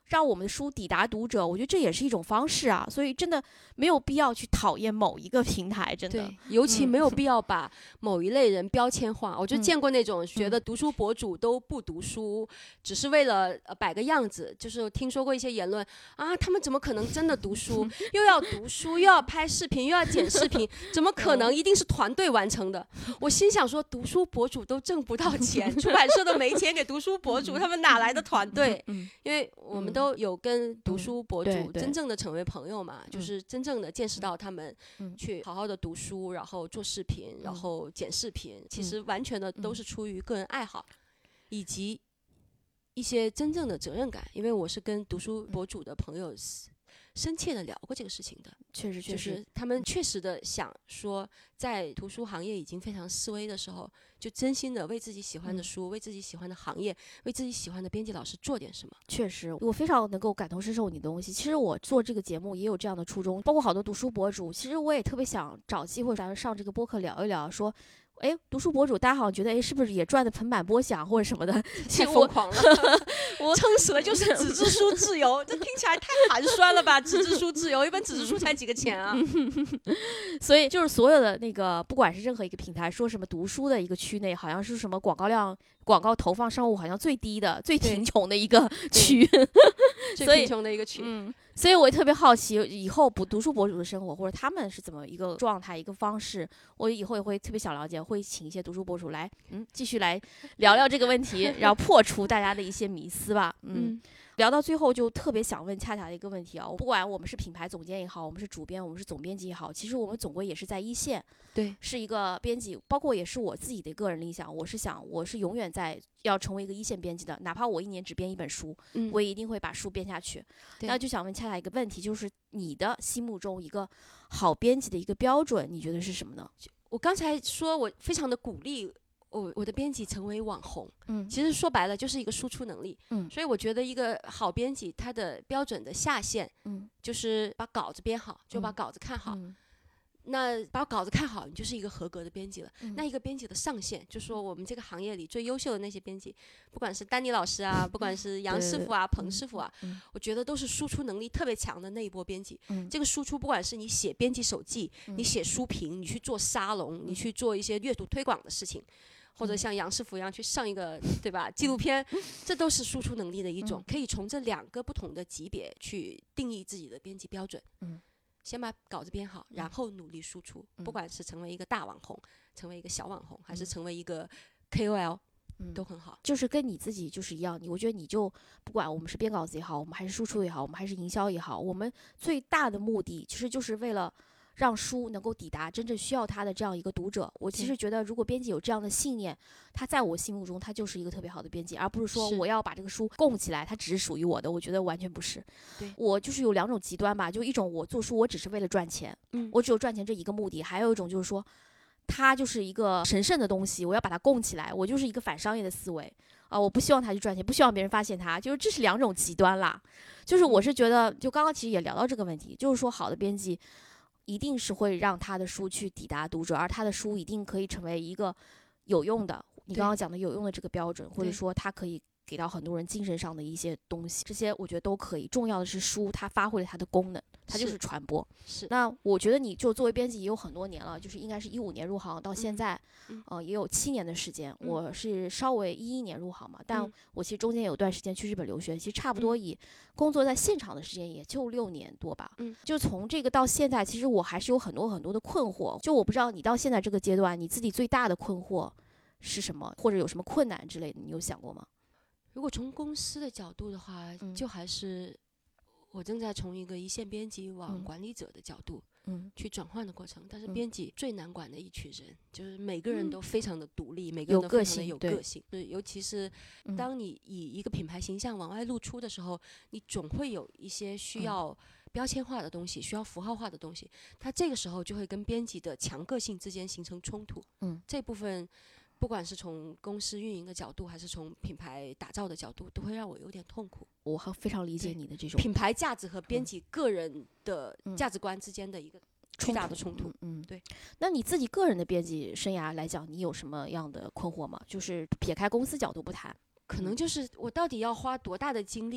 B: 让我们的书抵达读者，我觉得这也是一种方式啊。所以真的没有必要去讨厌某一个平台，真的。
A: 对，尤其没有必要把某一类人标签化。我就见过那种觉得读书博主都不读书，只是为了摆个样子。就是听说过一些言论啊，他们怎么可能真的读书？又要读书，又要拍视频，又要剪视频，怎么可能？一定是团队完成的。我心想说，读书博主都挣不到钱，出版社都没钱给读书博主，他们哪来的团队？因为我们都有跟读书博主真正的成为朋友嘛，就是真正的见识到他们去好好的读书，然后做视频，然后剪视频，其实完全的都是出于个人爱好，以及一些真正的责任感。因为我是跟读书博主的朋友深切的聊过这个事情的，
B: 确实
A: 就是他们确实的想说，在图书行业已经非常式微的时候，就真心的为自己喜欢的书、为自己喜欢的行业、为自己喜欢的编辑老师做点什么。
B: 确实，我非常能够感同身受你的东西。其实我做这个节目也有这样的初衷，包括好多读书博主，其实我也特别想找机会咱们上这个播客聊一聊，说读书博主大家好像觉得是不是也赚得盆满钵响或者什么的，
A: 太疯狂了。我撑死了就是纸质书自由，这听起来太寒酸了吧？纸质书自由，一本纸质书才几个钱啊？
B: 所以就是所有的那个，不管是任何一个平台，说什么读书的一个区内，好像是什么广告投放商务好像最低的、最贫穷的一个区，
A: 最贫穷的一个区。
B: 所以我也特别好奇，以后读书博主的生活，或者他们是怎么一个状态、一个方式，我以后也会特别想了解，会请一些读书博主来，继续来聊聊这个问题，然后破除大家的一些迷思吧。聊到最后，就特别想问恰恰的一个问题啊，不管我们是品牌总监也好，我们是主编，我们是总编辑也好，其实我们总归也是在一线，
A: 对，
B: 是一个编辑，包括也是我自己的个人理想，我是永远在要成为一个一线编辑的，哪怕我一年只编一本书，我也一定会把书编下去。那就想问恰恰一个问题，就是你的心目中一个好编辑的一个标准，你觉得是什么呢？
A: 我刚才说我非常的鼓励我的编辑成为网红，其实说白了就是一个输出能力，所以我觉得一个好编辑他的标准的下限，就是把稿子编好，就把稿子看好，那把稿子看好，你就是一个合格的编辑了。那一个编辑的上限，就说我们这个行业里最优秀的那些编辑，不管是丹尼老师啊，不管是杨师傅啊、彭师傅啊，我觉得都是输出能力特别强的那一波编辑。这个输出，不管是你写编辑手记，你写书评，你去做沙龙，你去做一些阅读推广的事情，或者像杨师傅一样去上一个对吧纪录片，这都是输出能力的一种。可以从这两个不同的级别去定义自己的编辑标准。先把稿子编好，然后努力输出，不管是成为一个大网红，成为一个小网红，还是成为一个 KOL，都很好。
B: 就是跟你自己就是一样，我觉得你就不管我们是编稿子也好，我们还是输出也好，我们还是营销也好，我们最大的目的其实就是为了让书能够抵达真正需要它的这样一个读者。我其实觉得，如果编辑有这样的信念，他在我心目中他就是一个特别好的编辑，而不是说我要把这个书供起来，它只是属于我的。我觉得完全不是。我就是有两种极端吧，就一种我做书我只是为了赚钱，我只有赚钱这一个目的；还有一种就是说，它就是一个神圣的东西，我要把它供起来，我就是一个反商业的思维我不希望它去赚钱，不希望别人发现它，就是这是两种极端啦。就是我是觉得，就刚刚其实也聊到这个问题，就是说好的编辑一定是会让他的书去抵达读者，而他的书一定可以成为一个有用的，你刚刚讲的有用的这个标准，或者说他可以给到很多人精神上的一些东西，这些我觉得都可以。重要的是书它发挥了它的功能，它就是传播。那我觉得你就作为编辑也有很多年了，就是应该是15年入行到现在，也有7年的时间。我是稍微11年入行嘛，但我其实中间有段时间去日本留学，其实差不多以工作在现场的时间也就6年多吧。就从这个到现在，其实我还是有很多很多的困惑。就我不知道你到现在这个阶段，你自己最大的困惑是什么，或者有什么困难之类的，你有想过吗？
A: 如果从公司的角度的话，就还是我正在从一个一线编辑往管理者的角度去转换的过程。但是编辑最难管的一群人，就是每个人都非常的独立，每个人都非常的有个性。尤其是当你以一个品牌形象往外露出的时候，你总会有一些需要标签化的东西，需要符号化的东西，它这个时候就会跟编辑的强个性之间形成冲突。这部分不管是从公司运营的角度，还是从品牌打造的角度，都会让我有点痛苦。
B: 我非常理解你的这种
A: 品牌价值和编辑个人的价值观之间的一个巨大的冲突。对。
B: 那你自己个人的编辑生涯来讲，你有什么样的困惑吗？就是撇开公司角度不谈，
A: 可能就是我到底要花多大的精力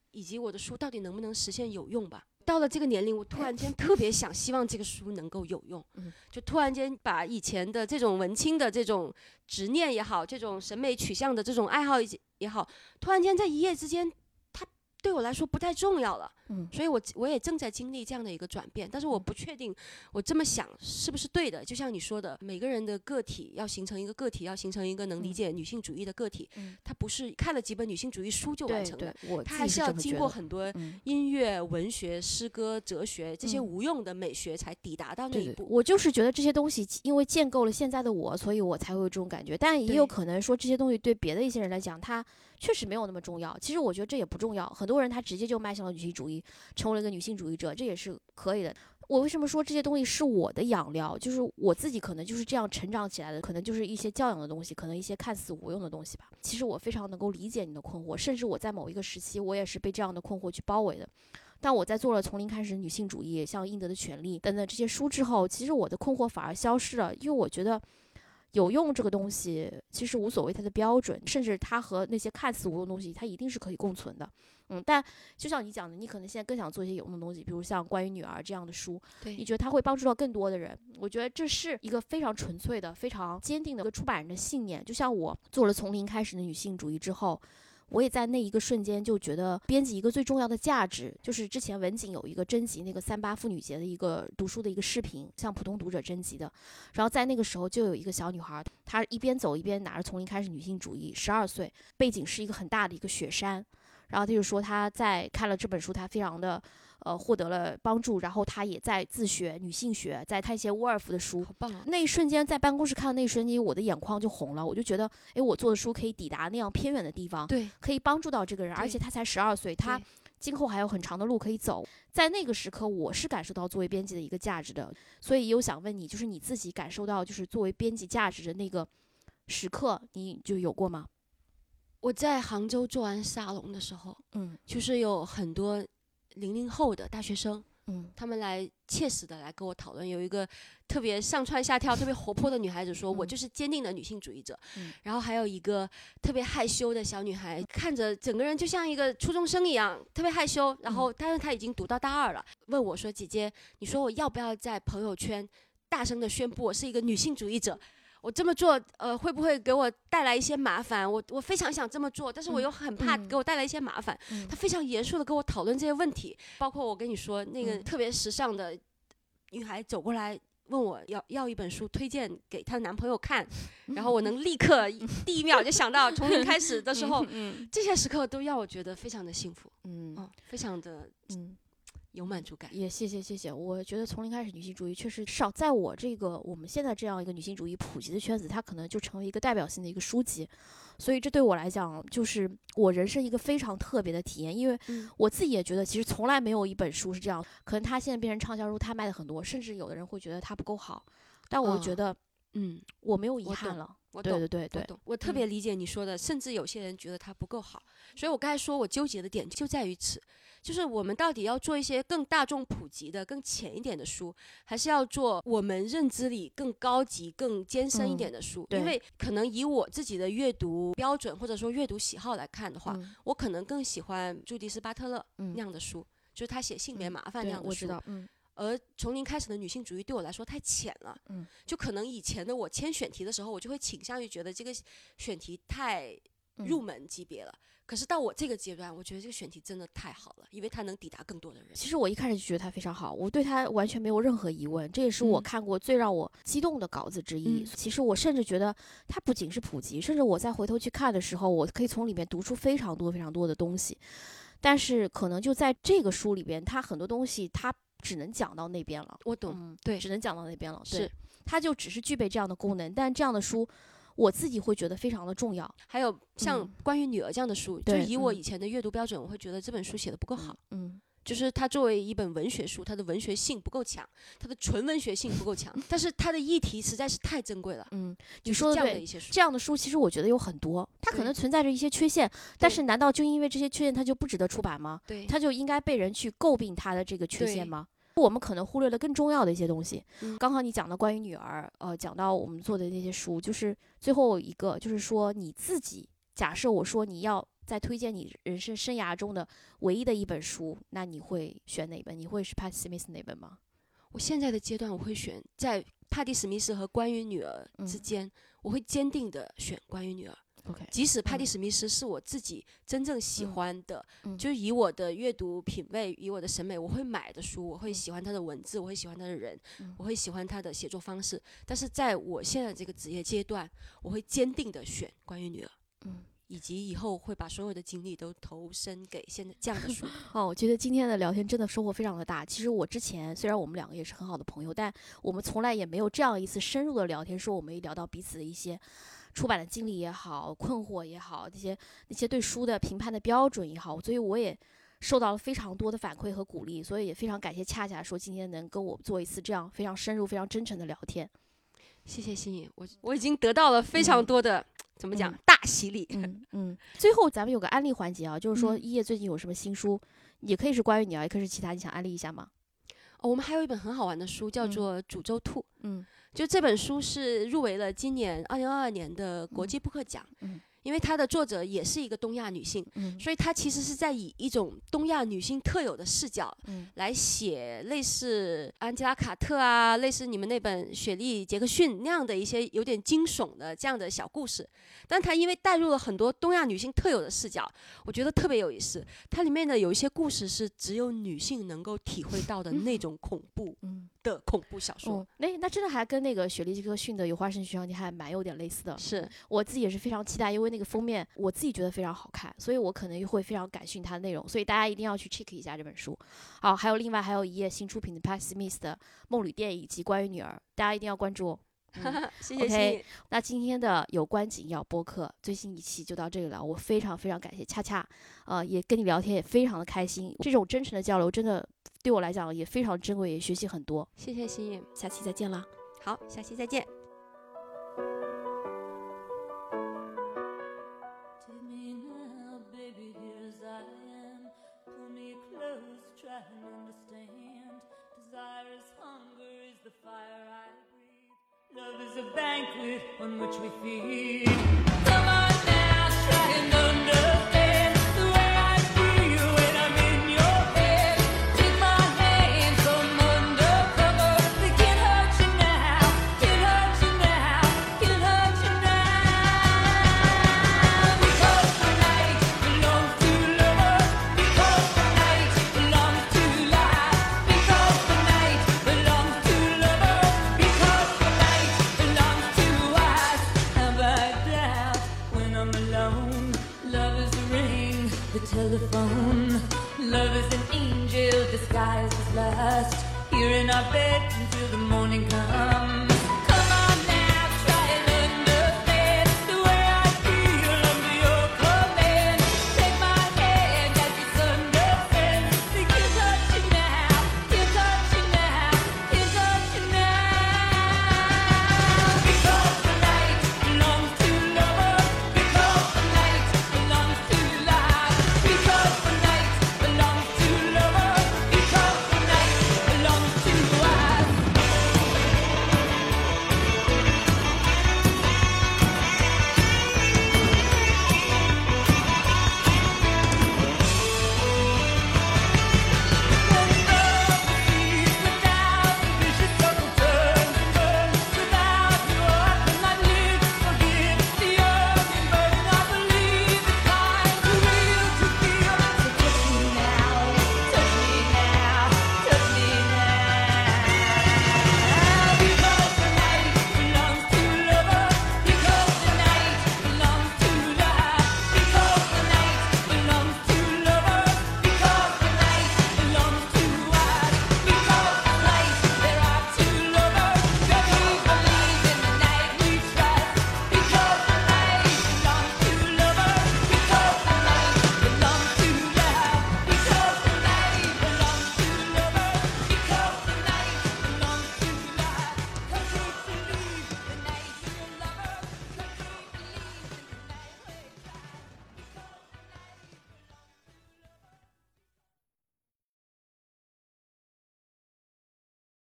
A: 以及我的书到底能不能实现有用吧。到了这个年龄，我突然间特别希望这个书能够有用，就突然间把以前的这种文青的这种执念也好，这种审美取向的这种爱好也好，突然间在一夜之间，它对我来说不太重要了。所以我也正在经历这样的一个转变，但是我不确定我这么想是不是对的。就像你说的，每个人的个体要形成一个个体，要形成一个能理解女性主义的个体，它不是看了几本女性主义书就完成的，它还是要经过很多音乐、文学、诗歌、哲学这些无用的美学才抵达到那一步。
B: 我就是觉得这些东西因为建构了现在的我，所以我才会有这种感觉。但也有可能说这些东西对别的一些人来讲，它确实没有那么重要。其实我觉得这也不重要，很多人他直接就迈向了女性主义，成为了一个女性主义者，这也是可以的。我为什么说这些东西是我的养料，就是我自己可能就是这样成长起来的，可能就是一些教养的东西，可能一些看似无用的东西吧。其实我非常能够理解你的困惑，甚至我在某一个时期我也是被这样的困惑去包围的。但我在做了从零开始女性主义，像应得的权利等等这些书之后，其实我的困惑反而消失了，因为我觉得有用这个东西其实无所谓它的标准，甚至它和那些看似无用的东西它一定是可以共存的。但就像你讲的，你可能现在更想做一些有用的东西，比如像关于女儿这样的书，你觉得它会帮助到更多的人。我觉得这是一个非常纯粹的非常坚定的一个出版人的信念。就像我做了从零开始的女性主义之后，我也在那一个瞬间就觉得编辑一个最重要的价值，就是之前文景有一个征集那个38妇女节的一个读书的一个视频，向普通读者征集的，然后在那个时候就有一个小女孩，她一边走一边拿着从零开始女性主义，12岁，背景是一个很大的一个雪山，然后她就说她在看了这本书，她非常的获得了帮助，然后她也在自学女性学，在看一些沃尔夫的书。
A: 好棒啊！
B: 那一瞬间在办公室看的那一瞬间，我的眼眶就红了，我就觉得我做的书可以抵达那样偏远的地方，
A: 对，
B: 可以帮助到这个人，而且他才12岁，他今后还有很长的路可以走。在那个时刻我是感受到作为编辑的一个价值的，所以有想问你，就是你自己感受到就是作为编辑价值的那个时刻你就有过吗？
A: 我在杭州做完沙龙的时候，就是有很多00后的大学生，他们来切实的来跟我讨论。有一个特别上蹿下跳特别活泼的女孩子说，我就是坚定的女性主义者。然后还有一个特别害羞的小女孩，看着整个人就像一个初中生一样，特别害羞。然后但是她已经读到大2了，问我说，姐姐，你说我要不要在朋友圈大声的宣布我是一个女性主义者？我这么做会不会给我带来一些麻烦？我非常想这么做，但是我又很怕给我带来一些麻烦。他非常严肃的跟我讨论这些问题，包括我跟你说那个特别时尚的女孩走过来问我要一本书推荐给她的男朋友看，然后我能立刻第一秒就想到从零开始的时候，这些时刻都让我觉得非常的幸福，非常的有满足感。
B: 也谢谢。我觉得从零开始女性主义确实少在我们现在这样一个女性主义普及的圈子，它可能就成为一个代表性的一个书籍，所以这对我来讲就是我人生一个非常特别的体验。因为我自己也觉得其实从来没有一本书是这样，可能它现在变成畅销书，它卖的很多，甚至有的人会觉得它不够好，但我觉得我没有遗憾了。对，
A: 我特别理解你说的，甚至有些人觉得它不够好。所以我刚才说我纠结的点就在于此，就是我们到底要做一些更大众普及的更浅一点的书，还是要做我们认知里更高级更艰深一点的书。因为可能以我自己的阅读标准或者说阅读喜好来看的话，我可能更喜欢朱迪斯巴特勒那样的书，就是他写性别麻烦那样的书。
B: 我知道
A: 而从零开始的女性主义对我来说太浅了，就可能以前的我签选题的时候，我就会倾向于觉得这个选题太入门级别了。可是到我这个阶段，我觉得这个选题真的太好了，因为它能抵达更多的人。
B: 其实我一开始就觉得它非常好，我对它完全没有任何疑问，这也是我看过最让我激动的稿子之一。其实我甚至觉得它不仅是普及，甚至我再回头去看的时候，我可以从里面读出非常多的东西。但是可能就在这个书里边，它很多东西它只能讲到那边了。
A: 我懂，对，
B: 只能讲到那边了。
A: 是，
B: 它就只是具备这样的功能，但这样的书我自己会觉得非常的重要。
A: 还有像关于女儿这样的书，就以我以前的阅读标准，我会觉得这本书写的不够好。就是它作为一本文学书，它的文学性不够强，它的纯文学性不够强，但是它的议题实在是太珍贵了。
B: 你说的对，这样的书其实我觉得有很多，它可能存在着一些缺陷，但是难道就因为这些缺陷它就不值得出版吗？
A: 对，
B: 它就应该被人去诟病它的这个缺陷吗？我们可能忽略了更重要的一些东西。刚好你讲到关于女儿，讲到我们做的那些书，就是最后一个就是说你自己假设我说你要在推荐你人生生涯中的唯一的一本书，那你会选哪本？你会是 Patti Smith 那本吗？
A: 我现在的阶段我会选在帕蒂史密斯和关于女儿之间，我会坚定的选关于女儿。
B: OK，
A: 即使帕蒂史密斯是我自己真正喜欢的，就是以我的阅读品味，以我的审美，我会买的书，我会喜欢他的文字，我会喜欢他的人，我会喜欢他的写作方式。但是在我现在这个职业阶段，我会坚定的选关于女儿。以及以后会把所有的精力都投身给现在这样的书。
B: 我觉得今天的聊天真的收获非常的大。其实我之前虽然我们两个也是很好的朋友，但我们从来也没有这样一次深入的聊天，说我们也聊到彼此的一些出版的经历也好，困惑也好，那些对书的评判的标准也好，所以我也受到了非常多的反馈和鼓励，所以也非常感谢恰恰说今天能跟我做一次这样非常深入、非常真诚的聊天。
A: 谢谢心怡，我已经得到了非常多的、怎么讲大洗礼。
B: 最后咱们有个安利环节啊，就是说一叶最近有什么新书，也可以是关于你啊，也可以是其他，你想安利一下吗？
A: 我们还有一本很好玩的书，叫做《煮粥兔》。就这本书是入围了今年2022年的国际布克奖。因为它的作者也是一个东亚女性，所以她其实是在以一种东亚女性特有的视角来写类似安吉拉·卡特啊，类似你们那本雪莉·杰克逊那样的一些有点惊悚的这样的小故事。但她因为带入了很多东亚女性特有的视角，我觉得特别有意思。它里面的有一些故事是只有女性能够体会到的那种恐怖的恐怖小说。
B: 那真的还跟那个雪莉·杰克逊的《有花神学校》你还蛮有点类似的。
A: 是
B: 我自己也是非常期待，因为那个封面我自己觉得非常好看，所以我可能会非常感兴趣它的内容，所以大家一定要去 check 一下这本书。好，另外还有一页新出品的 Patti Smith 的梦旅店以及关于女儿，大家一定要关注哦。
A: 谢谢。
B: OK， 那今天的有关紧要播客最新一期就到这里了，我非常非常感谢恰恰，也跟你聊天也非常的开心，这种真诚的交流真的对我来讲也非常珍贵，也学习很多。
A: 谢谢心怡，
B: 下期再见啦。
A: 好，下期再见。
C: Love is a banquet on which we feed. Come on now, try and understand the way I feel when I'm in your bed. Take my hand from under cover. They can't hurt you now, can't hurt you now, can't hurt you now. Because the night belongs to lovers. Because the night belongs to life. Because the night belongs to lovers. Because the night belongs to us. How about that when I'm alone? Love is the ring, the telephone. Love is an angel disguised as lust. Here in our bed until the morning comes.